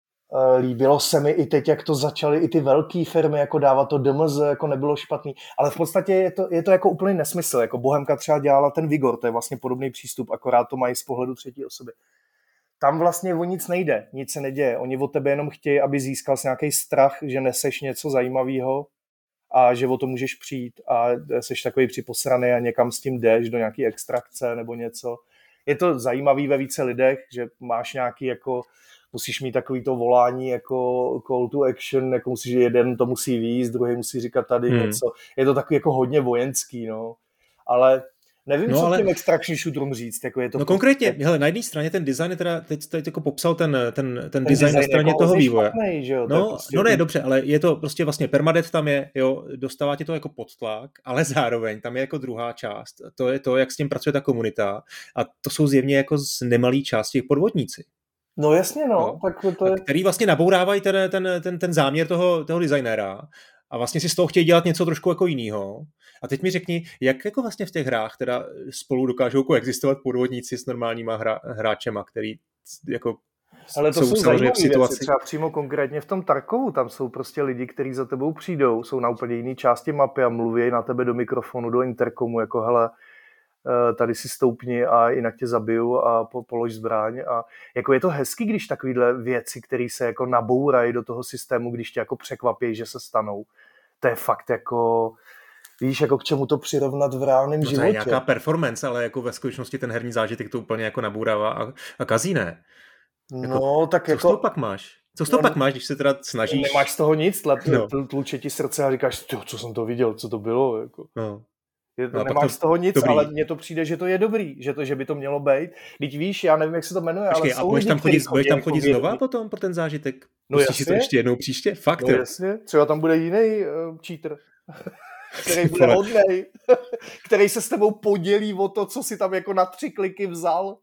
Líbilo se mi i teď, jak to začaly i ty velké firmy jako dávat to DMZ, jako nebylo špatný, ale v podstatě je to jako úplný nesmysl, jako Bohemka třeba dělala ten Vigor, to je vlastně podobný přístup, akorát to mají z pohledu třetí osoby. Tam vlastně o nic nejde, nic se neděje, oni od tebe jenom chtějí, aby získal nějaký strach, že neseš něco zajímavého a že o to můžeš přijít a seš takový připosraný a někam s tím jdeš do nějaký extrakce nebo něco. Je to zajímavý ve více lidech, že máš nějaký jako musíš mít takový to volání jako call to action, jako musíš, jeden to musí víc, druhý musí říkat tady něco. Je to takový jako hodně vojenský, no. Ale nevím, co těm extraction shooterům říct. Jako je to konkrétně, hele, na jedné straně ten design je teda, teď jako popsal ten design na straně toho vývoje. Špatnej, že jo? No ne, dobře, ale je to prostě vlastně permadeath tam je, jo, dostává tě to jako podtlak, ale zároveň tam je jako druhá část. To je to, jak s tím pracuje ta komunita a to jsou zjevně jako z nemalý části podvodníci. No jasně, no. Tak to je... Který vlastně nabourávají ten záměr toho designéra a vlastně si z toho chtějí dělat něco trošku jako jinýho. A teď mi řekni, jak jako vlastně v těch hrách teda spolu dokážou koexistovat podvodníci s normálníma hráčema, který jako ale to jsou zajímavé věci, třeba přímo konkrétně v tom Tarkovu, tam jsou prostě lidi, kteří za tebou přijdou, jsou na úplně jiné části mapy a mluví na tebe do mikrofonu, do interkomu, jako hele, tady si stoupni a jinak tě zabiju a polož zbraň. A jako je to hezký, když takovýhle věci, které se jako nabourají do toho systému, když tě jako překvapí, že se stanou. To je fakt jako, víš, jako k čemu to přirovnat v reálném životě. To je nějaká performance, ale jako ve skutečnosti ten herní zážitek to úplně jako nabourává a kazí, ne? No, tak jako... Co z toho pak máš? Co z toho pak máš, když se teda snažíš? Nemáš z toho nic, tluče ti srdce a říkáš, co jsem to viděl, co to bylo, jako... No. Nemáš z toho nic, dobrý. Ale mně to přijde, že to je dobrý, že by to mělo být. Teď víš, já nevím, jak se to jmenuje, ale jsou budeš tam chodit znova potom pro ten zážitek? No jasně. Si to ještě jednou příště? Fakt? No jasně, třeba tam bude jiný cheater, který bude hodnej, který se s tebou podělí o to, co si tam jako na 3 kliky vzal.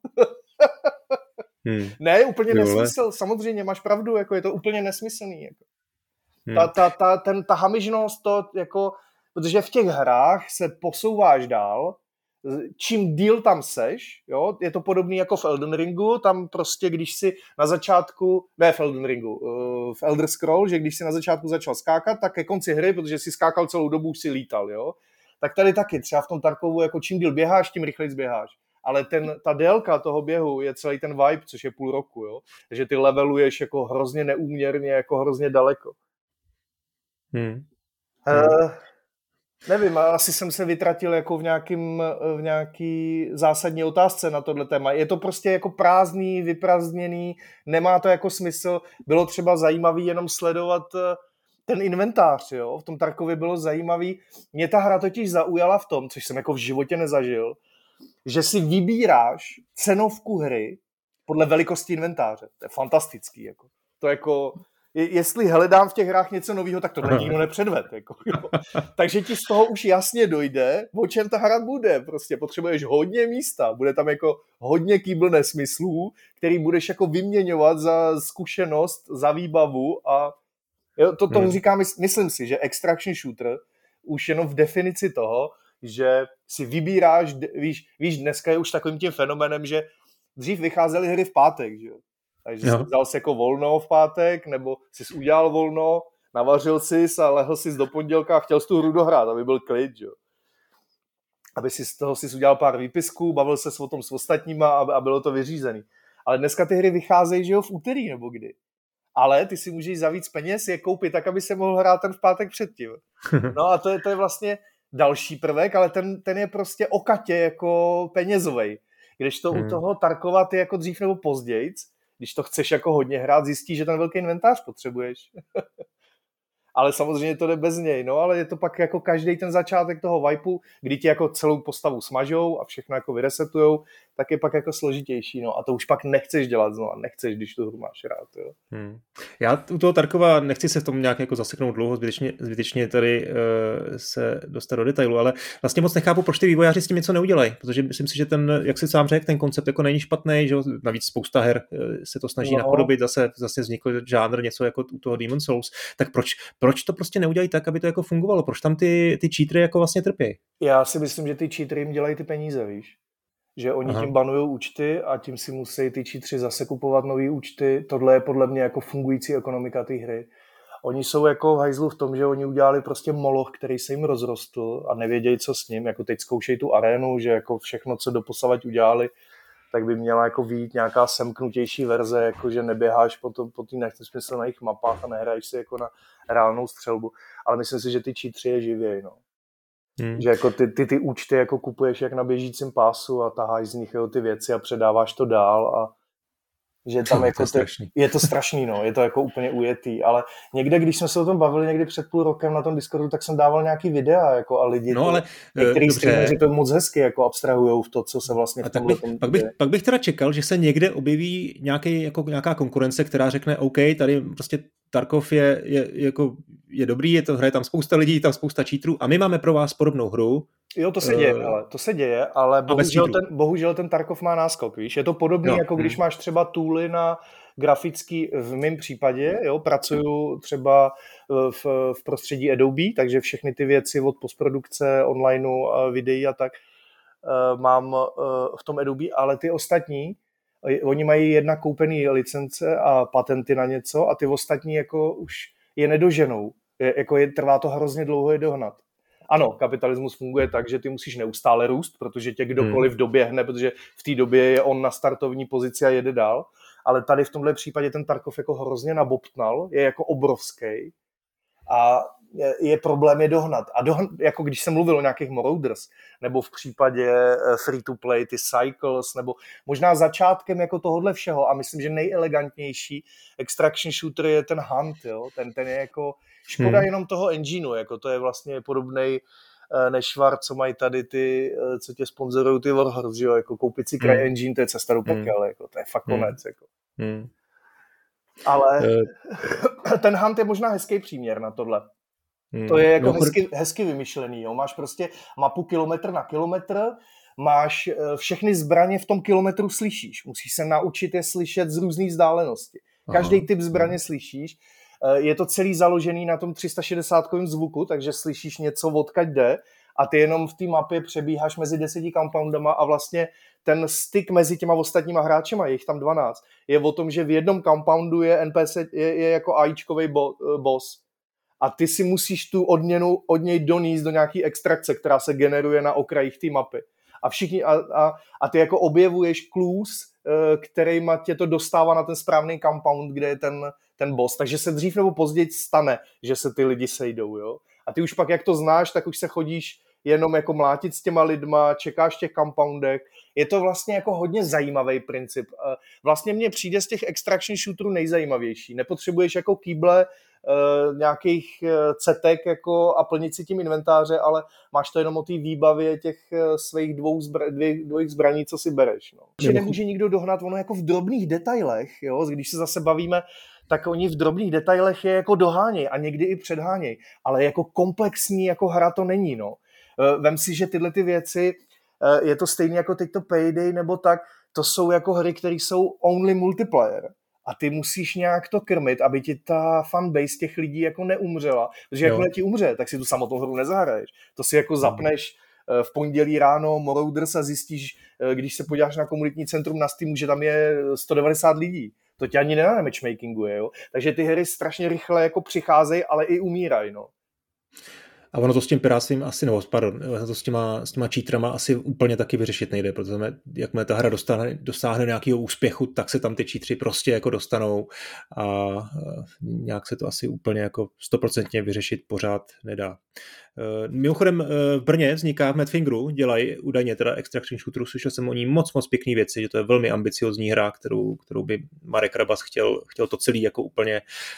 Ne, úplně nesmysl, samozřejmě máš pravdu, jako je to úplně nesmyslný. Jako. Ta hamižnost, to jako, protože v těch hrách se posouváš dál, čím díl tam seš, jo, je to podobný jako v Elden Ringu, tam prostě, když si na začátku, ne v Elden Ringu, v Elder Scroll, že když si na začátku začal skákat, tak ke konci hry, protože si skákal celou dobu, už si lítal, jo. Tak tady taky, třeba v tom Tarkovu, jako čím díl běháš, tím rychleji běháš. Ale ta délka toho běhu je celý ten vibe, což je půl roku, jo. Takže ty leveluješ jako hrozně neúměrně, jako hrozně daleko. Nevím, asi jsem se vytratil jako v nějaký zásadní otázce na tohle téma. Je to prostě jako prázdný, vyprázdněný, nemá to jako smysl. Bylo třeba zajímavý jenom sledovat ten inventář, jo. V tom Tarkově bylo zajímavý. Mě ta hra totiž zaujala v tom, což jsem jako v životě nezažil, že si vybíráš cenovku hry podle velikosti inventáře. To je fantastický. Jako. To jako, jestli hledám v těch hrách něco nového, tak to nikdo nepředved. Jako, takže ti z toho už jasně dojde, o čem ta hra bude. Prostě potřebuješ hodně místa, bude tam jako hodně kýbl nesmyslů, který budeš jako vyměňovat za zkušenost, za výbavu a jo, to říkám, myslím si, že extraction shooter už jenom v definici toho, že si vybíráš, víš, dneska je už takovým tím fenomenem, že dřív vycházely hry v pátek, že jo. Takže jsi vzal si jako volno v pátek, nebo jsi udělal volno, navařil jsi a lehl jsi do pondělka a chtěl jsi tu hru dohrát, aby byl klid, že jo. Aby si z toho si udělal pár výpisků, bavil se o tom s ostatníma a bylo to vyřízený. Ale dneska ty hry vycházejí, že jo, v úterý nebo kdy. Ale ty si můžeš za víc peněz je koupit tak, aby se mohl hrát ten v pátek předtím. No a to je vlastně další prvek, ale ten je prostě okatě jako penězovej. Když to u toho Tarkova ty jako dřív nebo pozdějc, když to chceš jako hodně hrát, zjistíš, že ten velký inventář potřebuješ. Ale samozřejmě to jde bez něj, no, ale je to pak jako každý ten začátek toho vipu, kdy ti jako celou postavu smažou a všechno jako vyresetujou, tak je pak jako složitější, no, a to už pak nechceš dělat znovu, nechceš, když tu hru máš rád, jo. Já u toho Tarkova nechci se v tom nějak jako zaseknout dlouho, zbytečně tady se dostat do detailu, ale vlastně moc nechápu, proč ty vývojáři s tím něco neudělají, protože myslím si, že ten, jak si sám řekl, ten koncept jako není špatný, že navíc spousta her se to snaží napodobit, zase vznikl žánr něco jako u toho Demon's Souls, tak proč to prostě neudělají tak, aby to jako fungovalo? Proč tam ty cheatery jako vlastně trpí? Já si myslím, že ty cheatery jim dělají ty peníze, víš? Že oni tím banujou účty a tím si musí ty cheateři zase kupovat nový účty. Tohle je podle mě jako fungující ekonomika té hry. Oni jsou jako v hajzlu v tom, že oni udělali prostě moloch, který se jim rozrostl a nevědějí, co s ním. Jako teď zkoušejí tu arénu, že jako všechno, co doposavať udělali, tak by měla jako vyjít nějaká semknutější verze, jako že neběháš po té nesmyslných mapách a nehraješ si jako na reálnou střelbu. Ale myslím si, že ty cheateři je živěj, no. Že jako ty účty jako kupuješ jak na běžícím pásu a taháš z nich ty věci a předáváš to dál a že tam jako je to strašný, no, je to jako úplně ujetý, ale někde, když jsme se o tom bavili někdy před půl rokem na tom Discordu, tak jsem dával nějaký videa jako a lidi, některý streameři to moc hezky jako abstrahujou v to, co se vlastně v tomhle tom pak bych teda čekal, že se někde objeví nějaká konkurence, která řekne OK, tady prostě Tarkov je dobrý, hraje tam spousta lidí, tam spousta cheaterů a my máme pro vás podobnou hru. Jo, to se děje, ale bohužel ten Tarkov má náskok, víš, je to podobný, jako když máš třeba tooly na grafický, v mém případě, jo, pracuju třeba v prostředí Adobe, takže všechny ty věci od postprodukce, onlineu, videí a tak mám v tom Adobe, ale ty ostatní, oni mají jedna koupený licence a patenty na něco a ty ostatní jako už je nedoženou. Trvá to hrozně dlouho je dohnat. Ano, kapitalismus funguje tak, že ty musíš neustále růst, protože tě kdokoliv doběhne, protože v té době je on na startovní pozici a jede dál. Ale tady v tomhle případě ten Tarkov jako hrozně nabobtnal, je jako obrovský a je problém je dohnat. A jako když jsem mluvil o nějakých Marauders, nebo v případě free-to-play, ty Cycles, nebo možná začátkem jako tohodle všeho a myslím, že nejelegantnější extraction shooter je ten Hunt, jo? Ten je jako škoda jenom toho engineu, jako to je vlastně podobnej nešvar, co mají tady ty, co tě sponzorují ty Warhorse, že jo, jako koupit si CryEngine, to je cesta do pekel, jako to je fakt konec, jako. Ale ten Hunt je možná hezký příměr na tohle. To je jako hezky vymyšlený, jo. Máš prostě mapu kilometr na kilometr, máš všechny zbraně v tom kilometru slyšíš, musíš se naučit je slyšet z různých vzdálenosti. Každý typ zbraně slyšíš. Je to celý založený na tom 360kovém zvuku, takže slyšíš něco, odkud jde a ty jenom v té mapě přebíháš mezi 10 compoundama a vlastně ten styk mezi těma ostatníma hráčema, je jich tam 12, je o tom, že v jednom compoundu je NPC, je jako AIčkovej boss. A ty si musíš tu odměnu od něj donést do nějaký extrakce, která se generuje na okrajích té mapy. A všichni, a ty jako objevuješ clues, kterýma tě to dostává na ten správný compound, kde je ten boss. Takže se dřív nebo později stane, že se ty lidi sejdou. Jo? A ty už pak, jak to znáš, tak už se chodíš jenom jako mlátit s těma lidma, čekáš v těch compoundech. Je to vlastně jako hodně zajímavý princip. Vlastně mně přijde z těch extraction shooterů nejzajímavější. Nepotřebuješ jako kýble nějakých cetek jako a plnit si tím inventáře, ale máš to jenom o té výbavě těch svých dvou zbraní, co si bereš. No. Že nemůže nikdo dohnat, ono jako v drobných detailech, jo? Když se zase bavíme, tak oni v drobných detailech je jako doháněj a někdy i předháněj, ale jako komplexní jako hra to není. No. Vem si, že tyhle ty věci, je to stejné jako teď to Payday nebo tak, to jsou jako hry, které jsou only multiplayer. A ty musíš nějak to krmit, aby ti ta fanbase těch lidí jako neumřela. Protože jakmile ti umře, tak si tu samotnou hru nezahraješ. To si jako zapneš v pondělí ráno Marauders a zjistíš, když se podíváš na komunitní centrum na Steamu, že tam je 190 lidí. To tě ani na matchmakingu, jo. Takže ty hry strašně rychle jako přicházejí, ale i umírají, no. A ono to s tím pirátstvím asi, to s těma cheaterama asi úplně taky vyřešit nejde, protože jakmile ta hra dosáhne nějakého úspěchu, tak se tam ty cheateři prostě jako dostanou a nějak se to asi úplně jako 100% vyřešit pořád nedá. Mimochodem v Brně vzniká v Madfingeru, dělají údajně teda extraction shooteru, slyšel jsem o ní moc pěkný věci, že to je velmi ambiciozní hra, kterou by Marek Rabas chtěl to celý jako úplně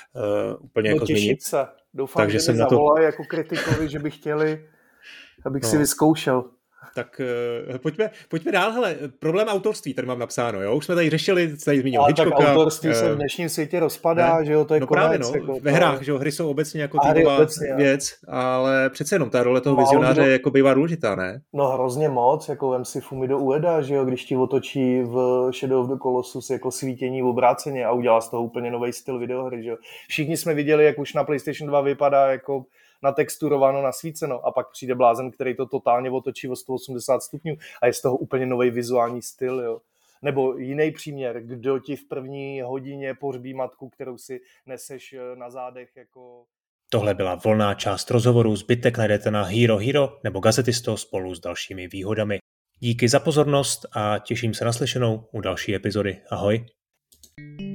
jako změnit. Se. Doufám, takže že mi zavolají jako kritikovi, že by chtěli, abych si vyzkoušel. Tak pojďme dál, hele, problém autorství tady mám napsáno, jo, už jsme tady řešili, tady zmínil Hitchcocka. Tak autorství se v dnešním světě rozpadá, že jo, to je no právě, no, jako, ve hrách, že jo, hry jsou obecně jako týmová věc, ale přece jenom ta role toho vizionáře jako bývá důležitá, ne? No hrozně moc, jako vem si Fumido Ueda, že jo, když ti otočí v Shadow of the Colossus jako svítění v obráceně a udělá z toho úplně nový styl videohry, že jo. Všichni jsme viděli, jak už na PlayStation 2 vypadá jako natexturováno, nasvíceno a pak přijde blázen, který to totálně otočí o 180 stupňů a je z toho úplně nový vizuální styl, jo. Nebo jiný příměr, kdo ti v první hodině pohřbí matku, kterou si neseš na zádech jako... Tohle byla volná část rozhovoru, zbytek najdete na Hero Hero nebo Gazetisto spolu s dalšími výhodami. Díky za pozornost a těším se na slyšenou u další epizody. Ahoj.